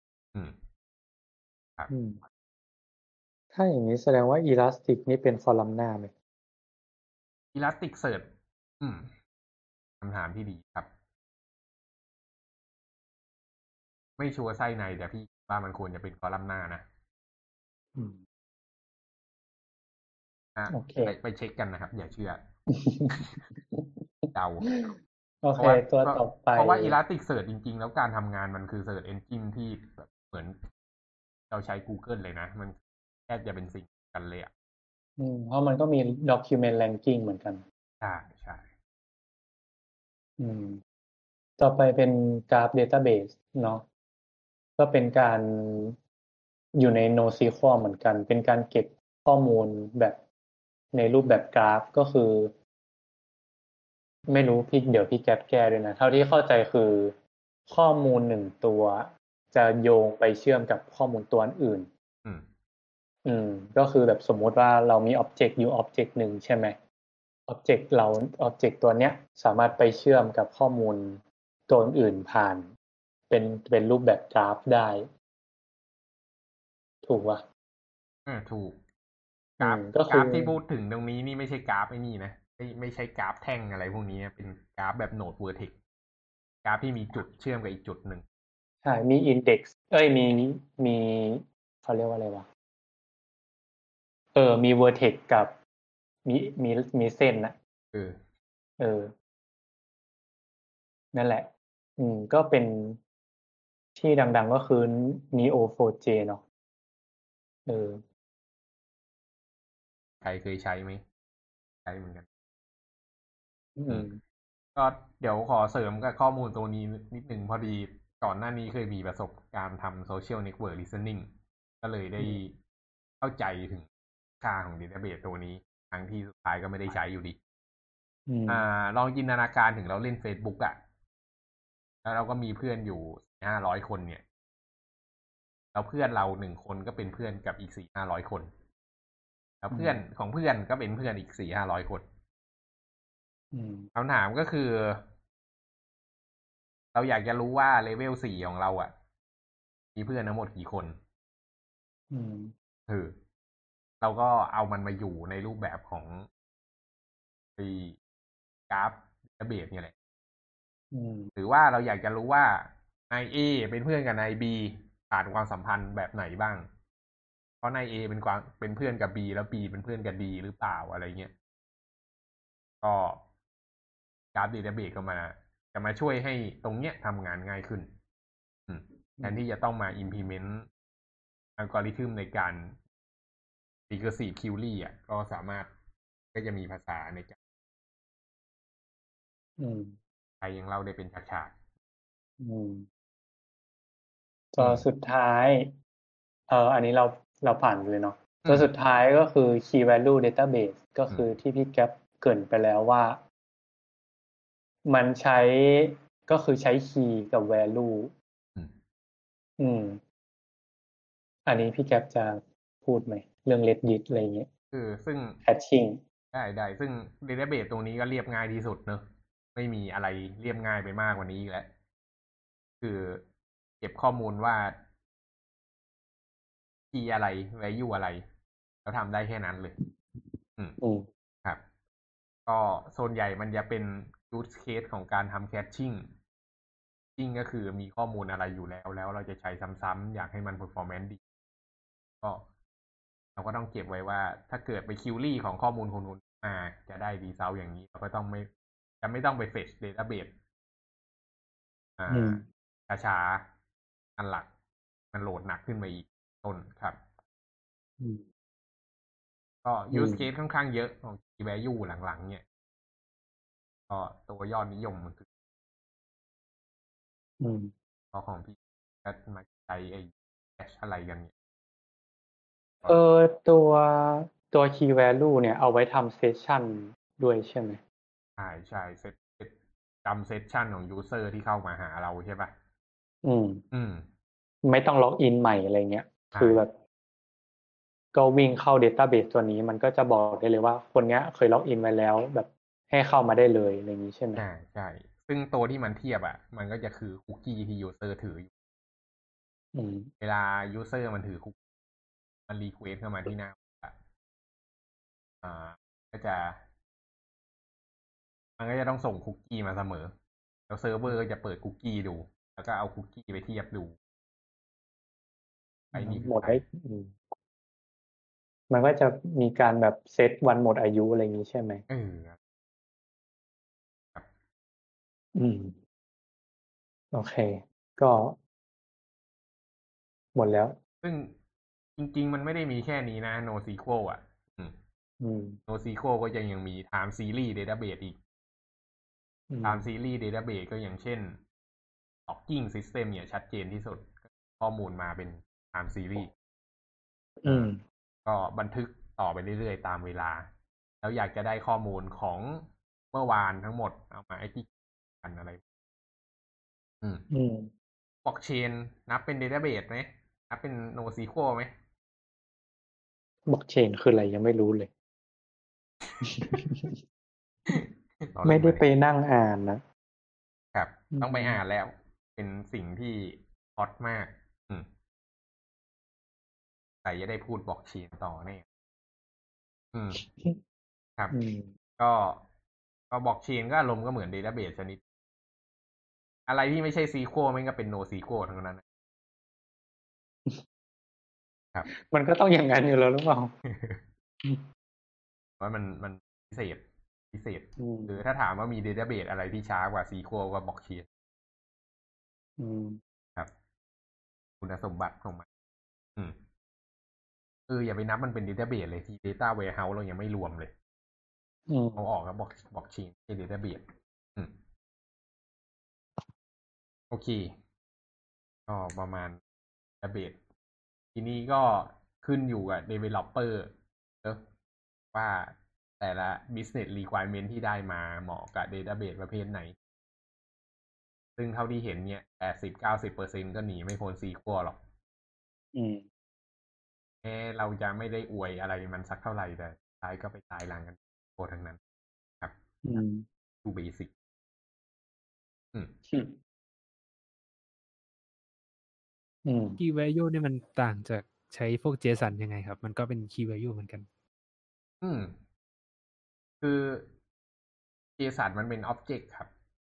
ครับถ้าอย่างนี้แสดงว่า Elastic นี่เป็นคอลัมน์หน้าไหม Elasticsearch คำถามที่ดีครับไม่ชัวร์ไส้ในแต่พี่ว่ามันควรจะเป็นคอลัมน์หน้านะไปเช็คกันนะครับอย่าเชื่อเดาโอเคตัวต่อไปเพราะว่า Elasticsearch จริงๆแล้วการทำงานมันคือ Search Engine ที่แบบเหมือนเราใช้ Google เลยนะมันแทบจะเป็นสิ่งกันเลยเพราะมันก็มี document ranking เหมือนกันใช่ต่อไปเป็น graph database เนาะก็เป็นการอยู่ใน NoSQL เหมือนกันเป็นการเก็บข้อมูลแบบในรูปแบบกราฟก็คือ ไม่รู้เดี๋ยวพี่แก๊ปแก้ด้วยนะเท่าที่เข้าใจคือข้อมูลหนึ่งตัวจะโยงไปเชื่อมกับข้อมูลตัวอื่นอืมก็คือแบบสมมุติว่าเรามี Object อยู่ Object หนึ่งใช่ไหม Object ตัวเนี้ยสามารถไปเชื่อมกับข้อมูลตัวอื่นผ่านเป็นรูปแบบกราฟได้ถูกป่ะถูกกราฟก็กคือราฟที่พูดถึงตรงนี้นี่ไม่ใช่กราฟไอ้นี่นะไม่ใช่กราฟแท่งอะไรพวกนี้เป็นกราฟแบบโนดเวอร์เทกกราฟที่มีจุดเชื่อมกับอีกจุดหนึ่งใช่มี index มีเขาเรียกว่าอะไรวะมี vertex กับมีมีมีเส้นนะเออนั่นแหละก็เป็นที่ดังๆก็คือ Neo4j เนาะเออใครเคยใช้ไหมใช้เหมือนกันอืมก็เดี๋ยวขอเสริมกับข้อมูลตัวนี้นิดหนึ่งพอดีก่อนหน้านี้เคยมีประสบการณ์ทำ social network listening ก็เลยได้เข้าใจถึงค่าของ database ตัวนี้ทั้งที่สุดท้ายก็ไม่ได้ใช้อยู่ดีลองจินตนาการถึงเราเล่น Facebook อ่ะแล้วเราก็มีเพื่อนอยู่500 คนเนี่ยแล้วเพื่อนเรา1 คนก็เป็นเพื่อนกับอีก400-500 คนแล้วเพื่อนของเพื่อนก็เป็นเพื่อนอีก400-500 คนคำถามก็คือเราอยากจะรู้ว่าเลเวล4ของเราอ่ะมีเพื่อนทั้งหมดกี่คนเราก็เอามันมาอยู่ในรูปแบบของกราฟดัตเตอร์เบสเนี่ยแหละหรือว่าเราอยากจะรู้ว่านาย A เป็นเพื่อนกับนาย B ผ่านความสัมพันธ์แบบไหนบ้างเพราะนาย A เป็นเพื่อนกับ B แล้ว B เป็นเพื่อนกับ D หรือเปล่าอะไรเงี้ยก็กราฟดัตเตอร์เบสก็จะมาช่วยให้ตรงเนี้ยทำงานง่ายขึ้นแทนที่จะต้องมา implement อัลกอริทึมในการ recursive query อ่ะก็สามารถก็จะมีภาษาในการใครยังเล่าได้เป็นฉากตัวสุดท้ายอันนี้เราผ่านเลยเนาะตัวสุดท้ายก็คือ key value database ก็คือที่พี่แก๊ปเกริ่นไปแล้วว่ามันใช้ก็คือใช้ key กับ value อันนี้พี่แก๊ปจะพูดไหมเรื่อง Reddit อะไรเงี้ยซึ่ง hashing ได้ซึ่ง database ตรงนี้ก็เรียบง่ายที่สุดเนอะไม่มีอะไรเรียบง่ายไปมากกว่านี้อีกแล้วคือเก็บข้อมูลว่า key อะไร value อะไรแล้วทำได้แค่นั้นเลยครับก็ส่วนใหญ่มันจะเป็น use case ของการทำ caching ก็คือมีข้อมูลอะไรอยู่แล้วเราจะใช้ซ้ำๆอยากให้มัน performance ดีก็เราก็ต้องเก็บไว้ว่าถ้าเกิดไปคิวรี่ของข้อมูลคนนู้นมาจะได้รีเซลอย่างนี้เราก็ต้องไม่ต้องไปเฟช database ช้าอันหลักมันโหลดหนักขึ้นมาอีกต้นครับก็ use case ค่อนข้างเยอะของ key value หลังๆเนี่ยก็ตัวยอดนิยมมันคือก็ของพี่ก็มาใช้ไอ้แคชอะไรกันเนี่ยตัว key value เนี่ยเอาไว้ทำ session ด้วยใช่ไหมใช่จำเซสชันของ user ที่เข้ามาหาเราใช่ป่ะไม่ต้องล็อกอินใหม่อะไรเงี้ยคือแบบก็วิ่งเข้า database ตัวนี้มันก็จะบอกได้เลยว่าคนนี้เคยล็อกอินไว้แล้วแบบให้เข้ามาได้เลยอะไรอย่างนี้ใช่ไหมใช่ซึ่งตัวที่มันเทียบอ่ะมันก็จะคือคุกกี้ที่ user ถืออยู่เวลา user มันถือคุกมันรีเควสเข้ามาที่หน้าก็จะมันก็จะต้องส่งคุกกี้มาเสมอแล้วเซิร์ฟเวอร์ก็จะเปิดคุกกี้ดูแล้วก็เอาคุกกี้ไปเทียบดูไปนี่หมดได้มันก็จะมีการแบบเซตวันหมดอายุอะไรอย่างนี้ใช่ไหมโอเคก็หมดแล้วซึ่งจริงๆมันไม่ได้มีแค่นี้นะ NoSQL อ่ะNoSQL ก็ยังมี Time Series Database อีก Time Series Database ก็อย่างเช่น Logging System เนี่ยชัดเจนที่สุดข้อมูลมาเป็น time series ก็บันทึกต่อไปเรื่อยๆตามเวลาแล้วอยากจะได้ข้อมูลของเมื่อวานทั้งหมดเอามาไอ้ที่กันอะไรบล็อกเชนนับเป็น database ไหมนับเป็น NoSQL ไหมบล็อกเชนคืออะไรยังไม่รู้เลย ไม่ได้ไปนั่งอ่านนะครับต้องไปอ่านแล้วเป็นสิ่งที่ฮอตมากแต่จะได้พูดบล็อกเชนต่อแน่ครับก็บล็อกเชนก็อารมณ์ก็เหมือน database ชนิดอะไรที่ไม่ใช่ SQL มันก็เป็น NoSQL ทั้งนั้นครับมันก็ต้องอย่างนั้นอยู่แล้วหรือเปล่าว่ามันพิเศษหรือถ้าถามว่ามี database อะไรที่ช้ากว่า SQL ก็บล็อกเชนครับคุณสมบัติของมันอย่าไปนับมันเป็น database เลยที่ data warehouse เรายังไม่รวมเลยเอาออกแล้วบล็อกเชนเป็น database โอเคก็ประมาณ database ทีนี้ก็ขึ้นอยู่กับ developer ว่าแต่ละ business requirement ที่ได้มาเหมาะกับ database ประเภทไหนซึ่งเท่าที่เห็นเนี่ย 80-90% ก็หนีไม่พ้น SQL หรอกเราจะไม่ได้อวยอะไรมันสักเท่าไหร่แต่ท้ายก็ไปตายหลังกันโคทั้งนั้นครับดูเบสิก key value นี่มันต่างจากใช้พวก JSON ยังไงครับมันก็เป็น key value เหมือนกันคือ JSON มันเป็น object ครับ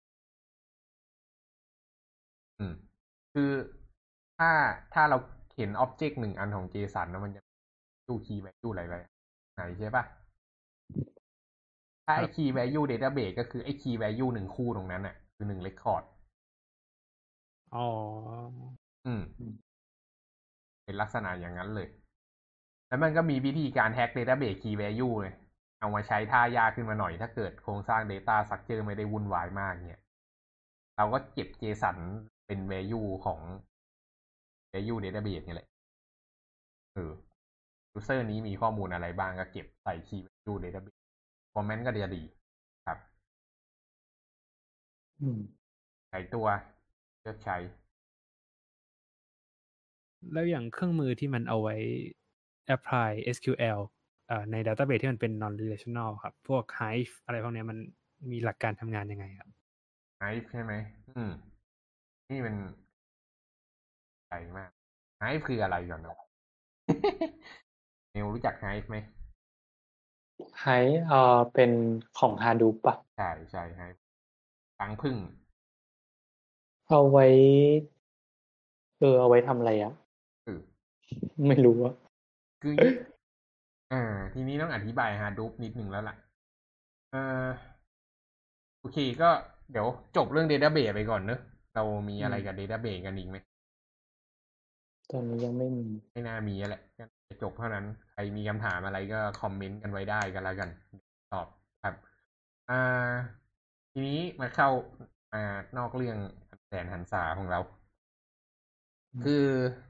คือถ้าเราเห็น object หนึ่งอันของ JSON นะมันจะดู key value อะไรไหนใช่ปะถ้าไอ้ key value database ก็คือไอ้ key value หนึ่งคู่ตรงนั้นน่ะคือหนึ่ง record เป็นลักษณะอย่างนั้นเลยแล้วมันก็มีวิธีการแฮ็ก database key value เลยเอามาใช้ท่ายากขึ้นมาหน่อยถ้าเกิดโครงสร้าง data structure ไม่ได้วุ่นวายมากเนี่ยเราก็เก็บ JSON เป็น value ของ value database นี่แหละuser นี้มีข้อมูลอะไรบ้างก็เก็บใส่ key value database performance ก็จะดีครับใช้ตัวเลือกใช้แล้วอย่างเครื่องมือที่มันเอาไว้ apply SQL ใน database ที่มันเป็น non relational ครับพวก Hive อะไรพวกนี้มันมีหลักการทำงานยังไงครับ Hive ใช่ไหมนี่เป็นใหญ่มาก Hive คืออะไรก่อนนะเนวรู้จัก Hive ไหม Hive เป็นของ Hadoop ป่ะใช่ Hive รังผึ้งเอาไว้เอาไว้ทำอะไรไม่รู้คือทีนี้ต้องอธิบาย Hadoop นิดนึงแล้วล่ะโอเคก็เดี๋ยวจบเรื่อง database ไปก่อนเนอะเรามีอะไรกับ database กันอีกไหมตอนนี้ยังไม่มีไม่น่ามีแหละจะจบเท่านั้นใครมีคำถามอะไรก็คอมเมนต์กันไว้ได้กันแล้วกันตอบครับทีนี้มาเข้านอกเรื่องแสนหันษาของเราคือ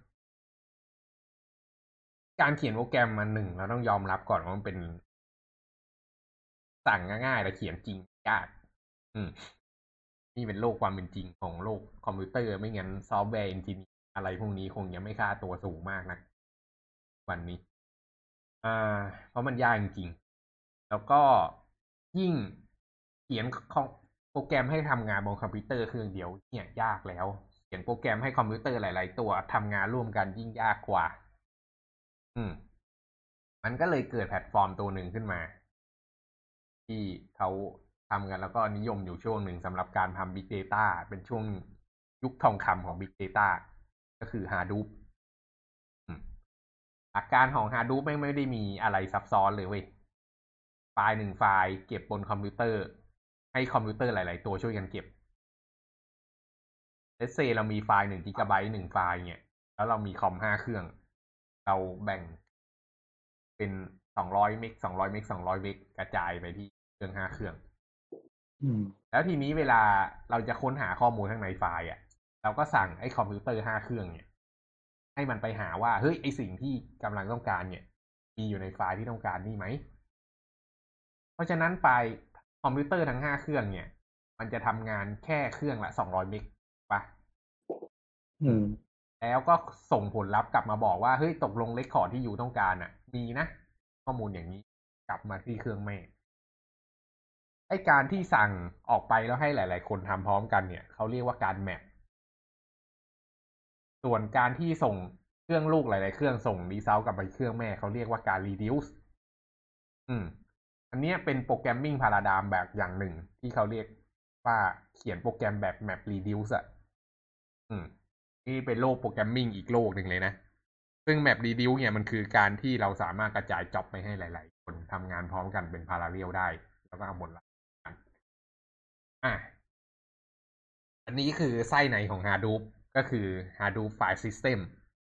การเขียนโปรแกรมมาหนึ่งเราต้องยอมรับก่อนว่ามันเป็นสั่งง่ายๆแต่เขียนจริงยากนี่เป็นโลกความเป็นจริงของโลกคอมพิวเตอร์ไม่งั้นซอฟต์แวร์เอนจิเนียร์อะไรพวกนี้คงยังไม่ค่าตัวสูงมากนะวันนี้เพราะมันยากจริงๆแล้วก็ยิ่งเขียนโปรแกรมให้ทำงานบนคอมพิวเตอร์เครื่องเดียวเนี่ยยากแล้วเขียนโปรแกรมให้คอมพิวเตอร์หลายๆตัวทำงานร่วมกันยิ่งยากกว่ามันก็เลยเกิดแพลตฟอร์มตัวหนึ่งขึ้นมาที่เขาทำกันแล้วก็นิยมอยู่ช่วงหนึ่งสำหรับการทำ Big Data เป็นช่วงยุคทองคำของ Big Data ก็คือ Hadoop หลักการของ Hadoop ไม่ได้มีอะไรซับซ้อนเลยเว้ยไฟล์หนึ่งไฟล์เก็บบนคอมพิวเตอร์ให้คอมพิวเตอร์หลายๆตัวช่วยกันเก็บเลทเซเรามีไฟล์1 GB 1ไฟล์เนี่ยแล้วเรามีคอม5เครื่องเราแบ่งเป็น200 เมก200 เมก200 เมกกระจายไปที่เครื่อง5เครื่องแล้วทีนี้เวลาเราจะค้นหาข้อมูลข้างในไฟล์เราก็สั่งไอ้คอมพิวเตอร์5เครื่องเนี่ยให้มันไปหาว่าเฮ้ยไอสิ่งที่กำลังต้องการเนี่ยมีอยู่ในไฟล์ที่ต้องการนี่ไหมเพราะฉะนั้นไฟล์คอมพิวเตอร์ทั้ง5เครื่องเนี่ยมันจะทำงานแค่เครื่องละ200เมกป่ะแล้วก็ส่งผลลัพธ์กลับมาบอกว่าเฮ้ยตกลงเรคคอร์ดที่อยู่ต้องการอ่ะมีนะข้อมูลอย่างนี้กลับมาที่เครื่องแม่ไอการที่สั่งออกไปแล้วให้หลายๆคนทำพร้อมกันเนี่ยเขาเรียกว่าการแมปส่วนการที่ส่งเครื่องลูกหลายๆเครื่องส่งรีเซลกลับไปเครื่องแม่เขาเรียกว่าการ reduce อันนี้เป็นโปรแกรมมิ่งพาราไดม์แบบอย่างหนึ่งที่เขาเรียกว่าเขียนโปรแกรมแบบ map reduce อ่ะนี่เป็นโลกโปรแกรมมิ่งอีกโลกหนึ่งเลยนะซึ่ง map reduce เนี่ยมันคือการที่เราสามารถกระจายจ็อบไปให้หลายๆคนทำงานพร้อมกันเป็นพาราเรลได้แล้วก็เอาผลลัพธ์กันอันนี้คือไส้ในของ Hadoop ก็คือ Hadoop File System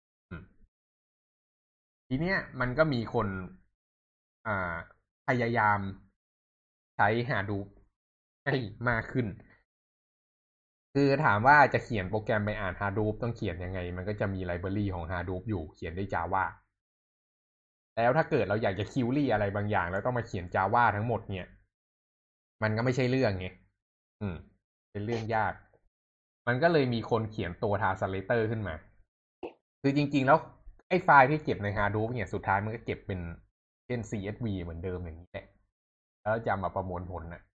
ทีเนี้ยมันก็มีคนพยายามใช้ Hadoop ให้มากขึ้นคือถามว่าจะเขียนโปรแกรมไปอ่าน Hadoop ต้องเขียนยังไงมันก็จะมีไลบรารีของ Hadoop อยู่เขียนด้วย Java แล้วถ้าเกิดเราอยากจะคิวรี่อะไรบางอย่างแล้วต้องมาเขียน Java ทั้งหมดเนี่ยมันก็ไม่ใช่เรื่องไงเป็นเรื่องยากมันก็เลยมีคนเขียนตัว translator ขึ้นมาคือจริงๆแล้วไอ้ไฟล์ที่เก็บใน Hadoop เนี่ยสุดท้ายมันก็เก็บเป็นCSV เหมือนเดิมอย่างนี้แหละแล้วจะมาประมวลผลนะ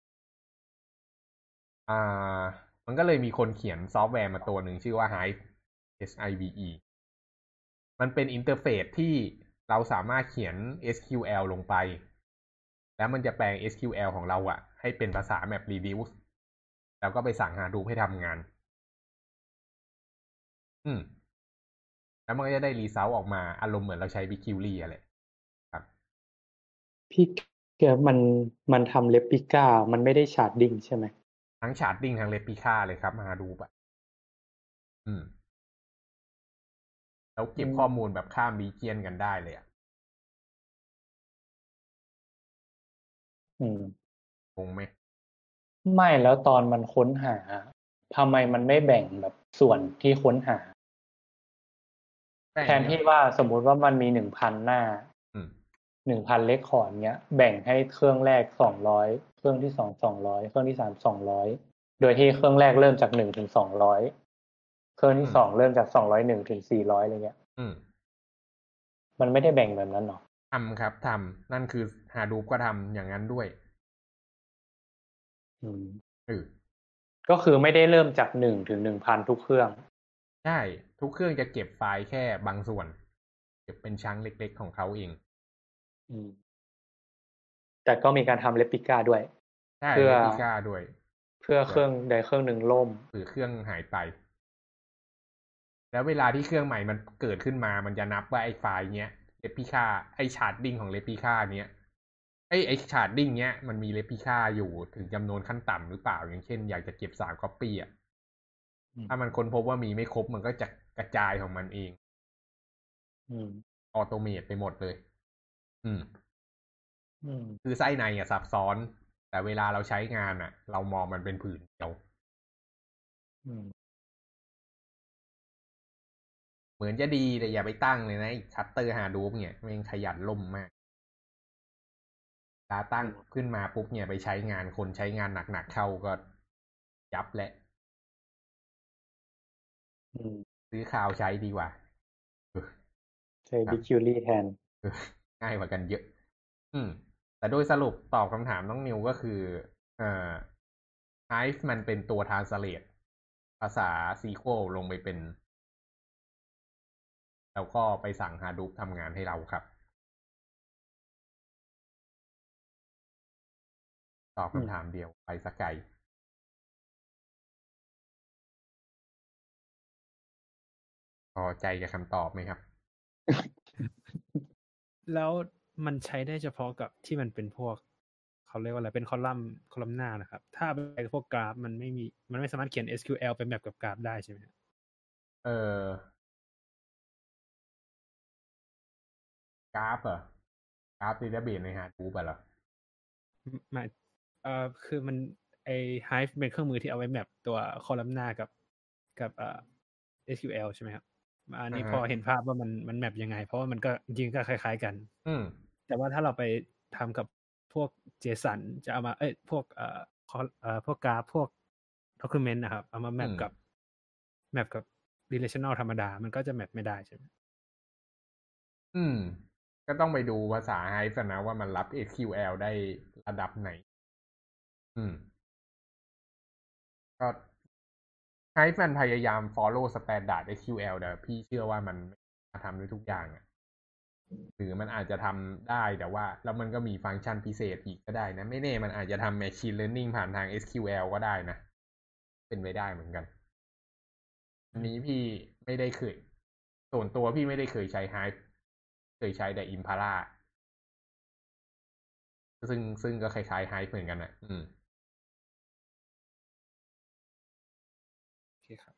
มันก็เลยมีคนเขียนซอฟต์แวร์มาตัวหนึ่งชื่อว่า Hive HIVE มันเป็นอินเทอร์เฟซที่เราสามารถเขียน SQL ลงไปแล้วมันจะแปลง SQL ของเราอะให้เป็นภาษา map reduce แล้วก็ไปสั่ง Hadoop ให้ทำงานแล้วมันก็จะได้รีเซลต์ออกมาอารมณ์เหมือนเราใช้ BigQuery อะไรครับพี่เกิดมันทำเรปลิก้ามันไม่ได้ชาร์ดดิ้งใช่ไหมทั้งชาร์ดดิ้งทั้งเรปลิก้าเลยครับ Hadoop อ่ะแล้วเก็บข้อมูลแบบข้ามรีเจียนกันได้เลยอ่ะงงไหมไม่แล้วตอนมันค้นหาทำไมมันไม่แบ่งแบบส่วนที่ค้นหาแทนที่ว่าสมมุติว่ามันมี1,000 หน้า1,000 เรคคอร์ดเนี้ยแบ่งให้เครื่องแรก200เครื่องที่2 200เครื่องที่3 200โดยที่เครื่องแรกเริ่มจาก1 ถึง 200เครื่องที่2เริ่มจาก201 ถึง 400อะไรเงี้ยมันไม่ได้แบ่งแบบนั้นหรอทำครับทำนั่นคือ Hadoop ก็ทำอย่างนั้นด้วยก็คือไม่ได้เริ่มจาก1 ถึง 1,000 ทุกเครื่องใช่ทุกเครื่องจะเก็บไฟล์แค่บางส่วนเก็บเป็นชั้นเล็กๆของเขาเองแต่ก็มีการทำเรปลิก้าด้วยใช่เรปลิก้าด้วยเพื่อเครื่องใดเครื่องหนึ่งล่มหรือเครื่องหายไปแล้วเวลาที่เครื่องใหม่มันเกิดขึ้นมามันจะนับว่าไอ้ไฟล์เนี้ยเรปลิก้าไอ้ชาร์ดดิ้งของเรปลิก้าเนี้ยไอ้ชาร์ดดิ้งเนี้ยมันมีเรปลิก้าอยู่ถึงจำนวนขั้นต่ำหรือเปล่าอย่างเช่นอยากจะเก็บ3 copy อ่ะถ้ามันค้นพบว่ามีไม่ครบมันก็จะกระจายของมันเองออโตเมตไปหมดเลยคือไส้ในซับซ้อนแต่เวลาเราใช้งานเรามองมันเป็นผืนเดียวเหมือนจะดีแต่อย่าไปตั้งเลยนะชัตเตอร์Hadoopเนี่ยแม่งขยันล่มมากตั้งขึ้นมาปุ๊บเนี่ยไปใช้งานคนใช้งานหนักๆเข้าก็ยับแหละซื้อข่าวใช้ดีกว่าใช้ BigQuery แทนง่ายกว่ากันเยอะแต่โดยสรุปตอบคำถามน้องนิวก็คือHive มันเป็นตัว translate ภาษา SQL ลงไปเป็นแล้วก็ไปสั่ง Hadoop ทำงานให้เราครับตอบคำถามเดียวไปสักไกลพอใจกับคำตอบไหมครับแล้วมันใช้ได้เฉพาะกับที่มันเป็นพวกเขาเรียกว่าอะไรเป็นคอลัมน์หน้านะครับถ้าเป็นพวกกราฟมันไม่สามารถเขียน SQL ไปแมปกับกราฟได้ใช่ไหมกราฟเหรอกราฟ database ใน Hadoop เหรอไม่คือมันไอ้ Hive เป็นเครื่องมือที่เอาไว้แมปตัวคอลัมน์หน้ากับSQL ใช่ไหมครับอันนี้พอเห็นภาพว่ามันแมปยังไง เพราะว่ามันก็จริงๆก็คล้ายๆกัน แต่ว่าถ้าเราไปทำกับพวก JSON จะเอามาพวกพวกกราฟพวก document นะครับเอามาแมปกับ relational ธรรมดามันก็จะแมปไม่ได้ใช่ไหมก็ต้องไปดูภาษา Hive นะว่ามันรับ SQL ได้ระดับไหนก็ Hive มันพยายาม follow standard SQL แต่พี่เชื่อว่ามันไม่ทำได้ทุกอย่างหรือมันอาจจะทำได้แต่ว่าแล้วมันก็มีฟังก์ชันพิเศษอีกก็ได้นะไม่แน่มันอาจจะทำ machine learning ผ่านทาง SQL ก็ได้นะเป็นไปได้เหมือนกันอันนี้พี่ไม่ได้เคยส่วนตัวพี่ไม่ได้เคยใช้ Hive เคยใช้แต่ Impala ซึ่งก็คล้ายๆ Hive เหมือนกันนะโอเคครับ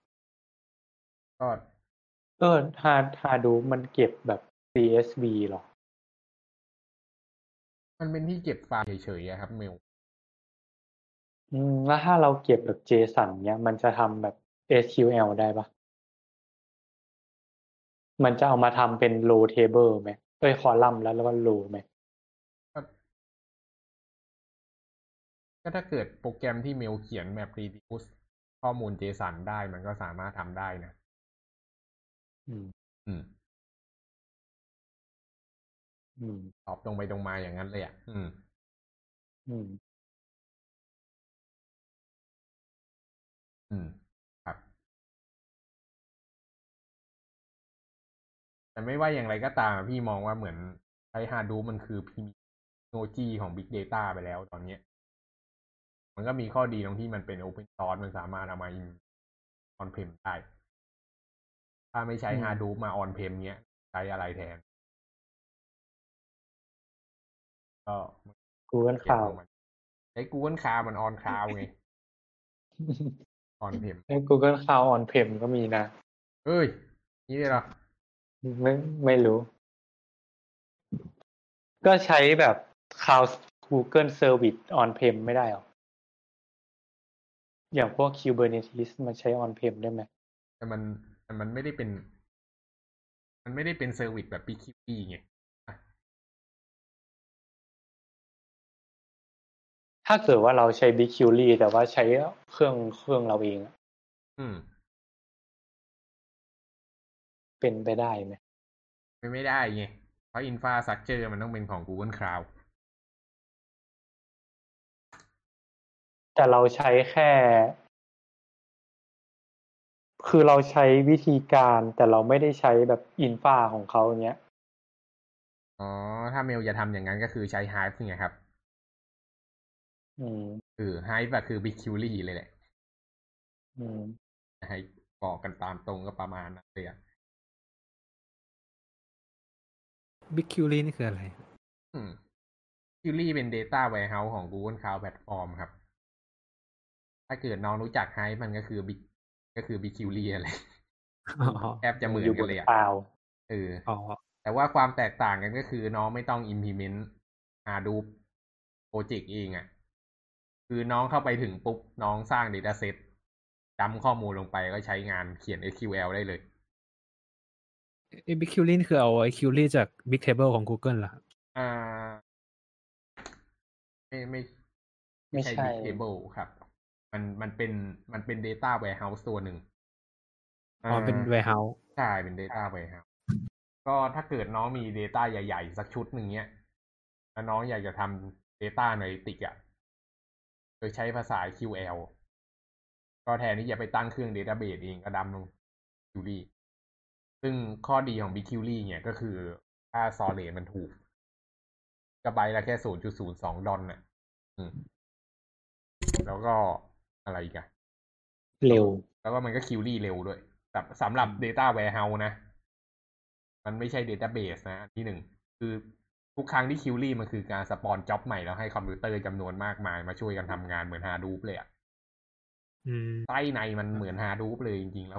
ก็ฮาดูมันเก็บแบบ CSV หรอมันเป็นที่เก็บไฟล์เฉยๆครับเมลแล้วถ้าเราเก็บแบบ JSON เนี้ยมันจะทำแบบ SQL ได้ปะมันจะเอามาทำเป็น row table ไหมcolumn แล้วก็ row ไหมก็ถ้าเกิดโปรแกรมที่เมลเขียนแบบ reduce ข้อมูล JSON ได้มันก็สามารถทำได้นะตอบตรงไปตรงมาอย่างนั้นเลยครับแต่ไม่ว่าอย่างไรก็ตามพี่มองว่าเหมือนใช้ Hadoop มันคือพิมพ์เทคโนโลยีของ Big Data ไปแล้วตอนนี้มันก็มีข้อดีตรงที่มันเป็น Open Source มันสามารถเอามา on prem ได้ถ้าไม่ใช้ Hadoop มา on prem เนี้ยใช้อะไรแทนก็ Google Cloud ใช้ Google Cloud มัน on cloud ไง on prem Google Cloud on prem ก็มีนะเอ้ยนี่ได้หรอไม่รู้ก็ใช้แบบ Cloud Google Service on prem ไม่ได้หรออย่างพวก Kubernetes มันใช้ on prem ได้ไหมแต่มันไม่ได้เป็นเซอร์วิสแบบ BigQuery ไงถ้าเกิดว่าเราใช้ BigQuery แต่ว่าใช้เครื่องเราเองเป็นไปได้ไหมไม่ได้ไงเพราะ infrastructure มันต้องเป็นของ Google Cloud แต่เราใช้แค่คือเราใช้วิธีการแต่เราไม่ได้ใช้แบบอินฟาของเขาเนี้ยถ้าเมลจะทำอย่างนั้นก็คือใช้ Hive ไงครับHive อะคือ BigQuery เลยแหละให้บอกกันตามตรงก็ประมาณนั้นเลย BigQuery นี่คืออะไร BigQuery เป็น Data Warehouse ของ Google Cloud Platform ครับถ้าเกิดน้องรู้จัก Hive มันก็คือ BigQuery อะไรแอบจะเหมือนกันเลยแต่ว่าความแตกต่างกันก็คือน้องไม่ต้อง implement Hadoop project เองคือน้องเข้าไปถึงปุ๊บน้องสร้าง dataset dump ข้อมูลลงไปก็ใช้งานเขียน SQL ได้เลย BigQuery นี่คือเอา query จาก Big Table ของ Google เหรอไม่ใช่ Big Table ครับมันเป็น Data Warehouse ตัวหนึ่งเป็น Warehouse ใช่เป็น Data Warehouse ก็ถ้าเกิดน้องมี Data ใหญ่ๆสักชุดหนึ่งเนี้ยแล้วน้องอยากจะทำ Data Analytics โดยใช้ภาษา SQL ก็แทนที่จะไปตั้งเครื่อง Database เองก็ดัมลง BigQuery ซึ่งข้อดีของ BigQuery เนี่ยก็คือค่า storage มันถูกกระไบต์ละแค่ $0.02 น่ะแล้วก็อะไรอีกเร็วแล้วก็มันก็ query เร็วด้วยสำหรับ Data Warehouse นะมันไม่ใช่ Database นะที่หนึ่งคือทุกครั้งที่ query มันคือการสปอนจ็อบใหม่แล้วให้คอมพิวเตอร์จำนวนมากมายมาช่วยกันทำงานเหมือน Hadoop เลยไส้ในมันเหมือน Hadoop เลยจริงๆแล้ว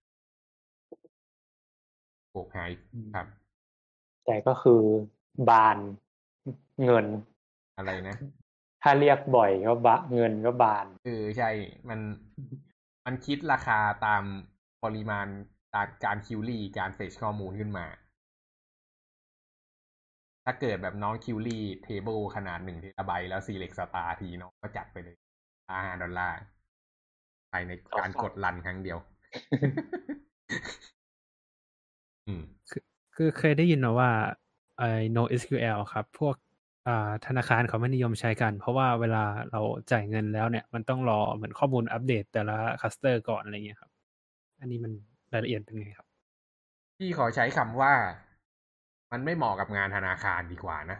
โกกไฮครับแต่ก็คือบานเงินอะไรนะถ้าเรียกบ่อยก็เงินก็บานใช่มันคิดราคาตามปริมาณการคิวรี่การเฟชข้อมูลขึ้นมาถ้าเกิดแบบน้องคิวรี่เทเบิลขนาด1 TBแล้ว select star ทีน้องก็จัดไปเลย$5ภายในการกดรันครั้งเดียวคือเคยได้ยินมาว่าNoSQL ครับพวกธนาคารเขาไม่นิยมใช้กัน เพราะว่าเวลาเราจ่ายเงินแล้วเนี่ยมันต้องรอเหมือนข้อมูลอัปเดตแต่ละคัสเตอร์ก่อนอะไรเงี้ยครับอันนี้มันรายละเอียดเป็นไงครับพี่ขอใช้คำว่ามันไม่เหมาะกับงานธนาคารดีกว่านะ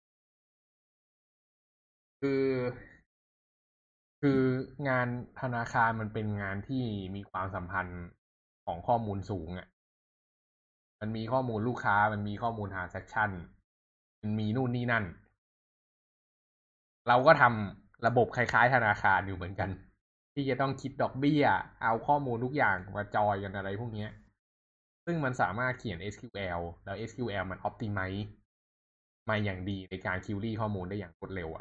คืองานธนาคารมันเป็นงานที่มีความสัมพันธ์ของข้อมูลสูงอ่ะมันมีข้อมูลลูกค้ามันมีข้อมูล transaction มันมีนู่นนี่นั่นเราก็ทำระบบคล้ายๆธนาคารอยู่เหมือนกันที่จะต้องคิดดอกเบี้ยเอาข้อมูลทุกอย่างมาจอยกันอะไรพวกนี้ซึ่งมันสามารถเขียน SQL แล้ว SQL มัน optimize มาอย่างดีในการคิวรี่ข้อมูลได้อย่างรวดเร็วอ่ะ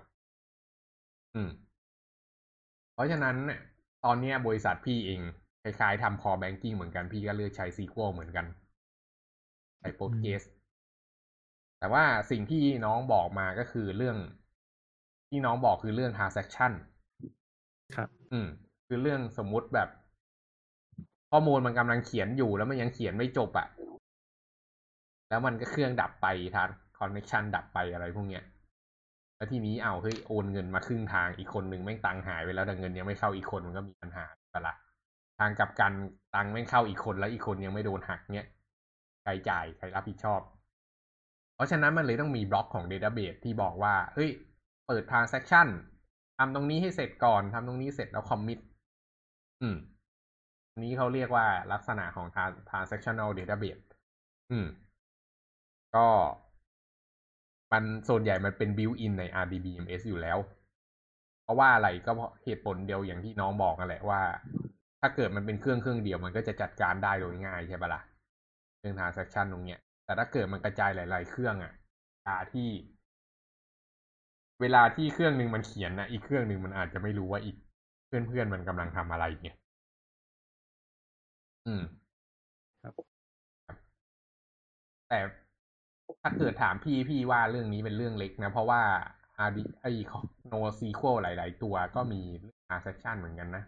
เพราะฉะนั้นตอนนี้บริษัทพี่เองคล้ายๆทำ core banking เหมือนกันพี่ก็เลือกใช้ SQL เหมือนกันใช้ Postgres แต่ว่าสิ่งที่น้องบอกมาก็คือเรื่องที่น้องบอกคือเรื่อง transaction ครับคือเรื่องสมมุติแบบข้อมูลมันกำลังเขียนอยู่แล้วมันยังเขียนไม่จบอะแล้วมันก็เครื่องดับไปทาง connection ดับไปอะไรพวกเนี้ยแล้วทีนี้เฮ้ยโอนเงินมาครึ่งทางอีกคนนึงแม่งตังหายไปแล้วแต่เงินยังไม่เข้าอีกคนมันก็มีปัญหาปะล่ะทางกลับกันตังแม่งเข้าอีกคนแล้วอีกคนยังไม่โดนหักเนี้ยใครจ่ายใครรับผิดชอบเพราะฉะนั้นมันเลยต้องมีบล็อกของ database ที่บอกว่าเฮ้ยเปิด transaction ทำตรงนี้ให้เสร็จก่อนทำตรงนี้เสร็จแล้ว commit นี้เขาเรียกว่าลักษณะของ transactional database ก็มันส่วนใหญ่มันเป็น built in ใน RDBMS อยู่แล้วเพราะว่าอะไรก็เพราะเหตุผลเดียวอย่างที่น้องบอกนั่นแหละว่าถ้าเกิดมันเป็นเครื่องเดียวมันก็จะจัดการได้โดยง่ายใช่ปะล่ะเรื่อง transaction ตรงเนี้ยแต่ถ้าเกิดมันกระจายหลายๆเครื่องเวลาที่เครื่องนึงมันเขียนนะอีกเครื่องนึงมันอาจจะไม่รู้ว่าอีกเพื่อนมันกำลังทำอะไรเนี่ยครับแต่ถ้าเกิดถามพี่ว่าเรื่องนี้เป็นเรื่องเล็กนะเพราะว่าNoSQL หลายๆตัวก็มี transaction เหมือนกันนะ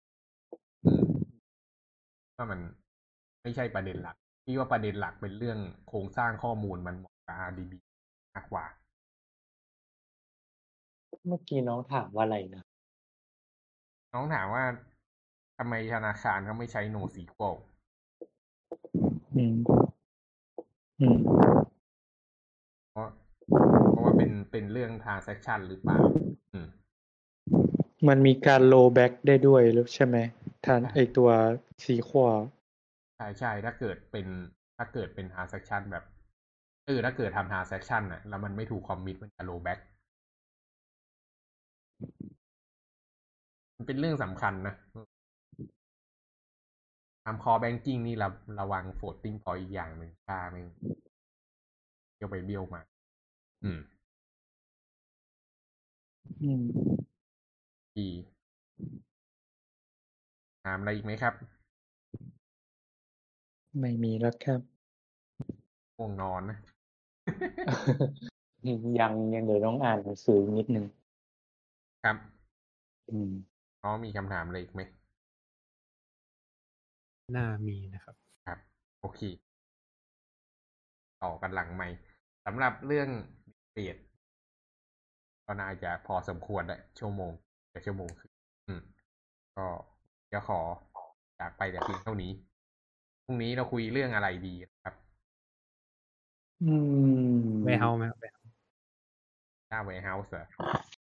ว่ามันไม่ใช่ประเด็นหลักพี่ว่าประเด็นหลักเป็นเรื่องโครงสร้างข้อมูลมันเหมาะกับ RDB มากกว่าเมื่อกี้น้องถามว่าอะไรนะน้องถามว่าทำไมธนาคารเขาไม่ใช้ NoSQL เพราะว่าเป็นเรื่อง transaction หรือเปล่ามันมีการ roll back ได้ด้วยหรือใช่ไหมไอตัว SQL ใช่ถ้าเกิดเป็น transaction แบบถ้าเกิดทำ transaction น่ะแล้วมันไม่ถูก commit มันจะ roll back มันเป็นเรื่องสำคัญนะทำ core banking นี่ระวัง floating point อีกอย่างหนึ่งค่าไม่เบี้ยวไปเบี้ยวมาดีถามอะไรอีกไหมครับไม่มีแล้วครับง่วงนอนนะยังเดี๋ยวต้องอ่านหนังสือนิดนึงครับน้องมีคำถามอะไรอีกไหมน่ามีนะครับครับโอเคต่อกันหลังใหม่สำหรับเรื่องเปลี่ยนก็น่าจะพอสมควรแหละชั่วโมงคือก็จะขอจากไปแต่เพียงเท่านี้พรุ่งนี้เราคุยเรื่องอะไรดีครับ warehouse ไหมครับ warehouse เหรอ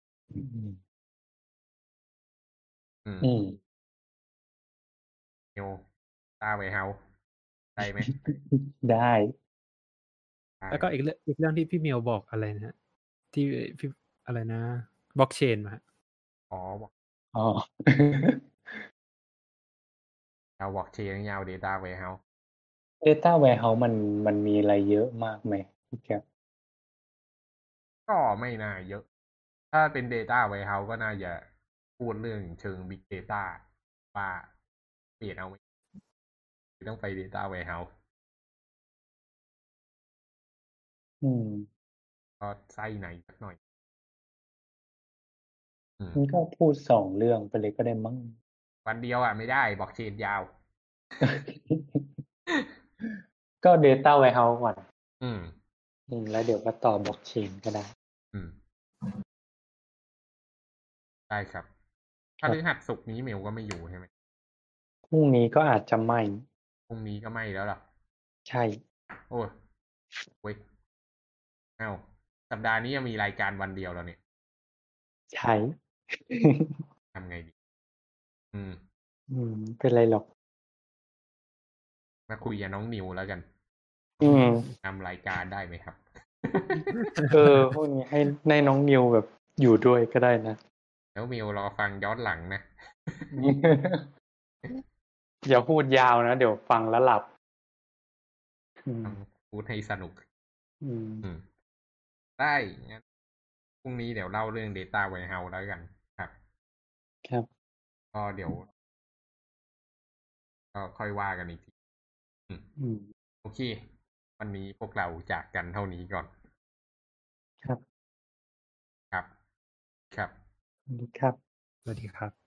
warehouse ได้ไหมได้แล้วก็อีกเรื่องที่พี่เมียวบอกอะไรนะที่พี่อะไรนะบล็อกเชนมาอ๋อเอา blockchain ยาว data warehouse data warehouse มันมีอะไรเยอะมากไหมพี่แกก็ไม่น่าเยอะถ้าเป็น data warehouse ก็น่าจะพูดเรื่องเชิง big data ว่าเปลี่ยนเอาต้องไป Data Warehouse ก็ไส้ไหนสักหน่อยมันก็พูด2 เรื่องไปเลยก็ได้มั้งวันเดียวไม่ได้บล็อกเชนยาวก็ Data Warehouse ก่อนอืมแล้วเดี๋ยวก็ต่อบล็อกเชนก็ได้ได้ครับพฤหัสศุกร์นี้เมลก็ไม่อยู่ใช่ไหมพรุ่งนี้ก็อาจจะไม่พรุ่งนี้ก็ไม่แล้วหรอใช่โอ้ยเว้ยสัปดาห์นี้ยังมีรายการวันเดียวแล้วเนี่ยใช่ทำไงดีเป็นไรหรอกมาคุยกับน้องนิวแล้วกันทำรายการได้ไหมครับพวกนี้ให้น้องนิวแบบอยู่ด้วยก็ได้นะแล้วมิวรอฟังย้อนหลังนะอย่าพูดยาวนะเดี๋ยวฟังแล้วหลับพูดให้สนุกได้งั้นพรุ่งนี้เดี๋ยวเล่าเรื่อง Data Warehouse แล้วกันครับก็เดี๋ยวก็ค่อยว่ากันอีกทีโอเควันนี้พวกเราจากกันเท่านี้ก่อนครับครับครับสวัสดีครับสวัสดีครับ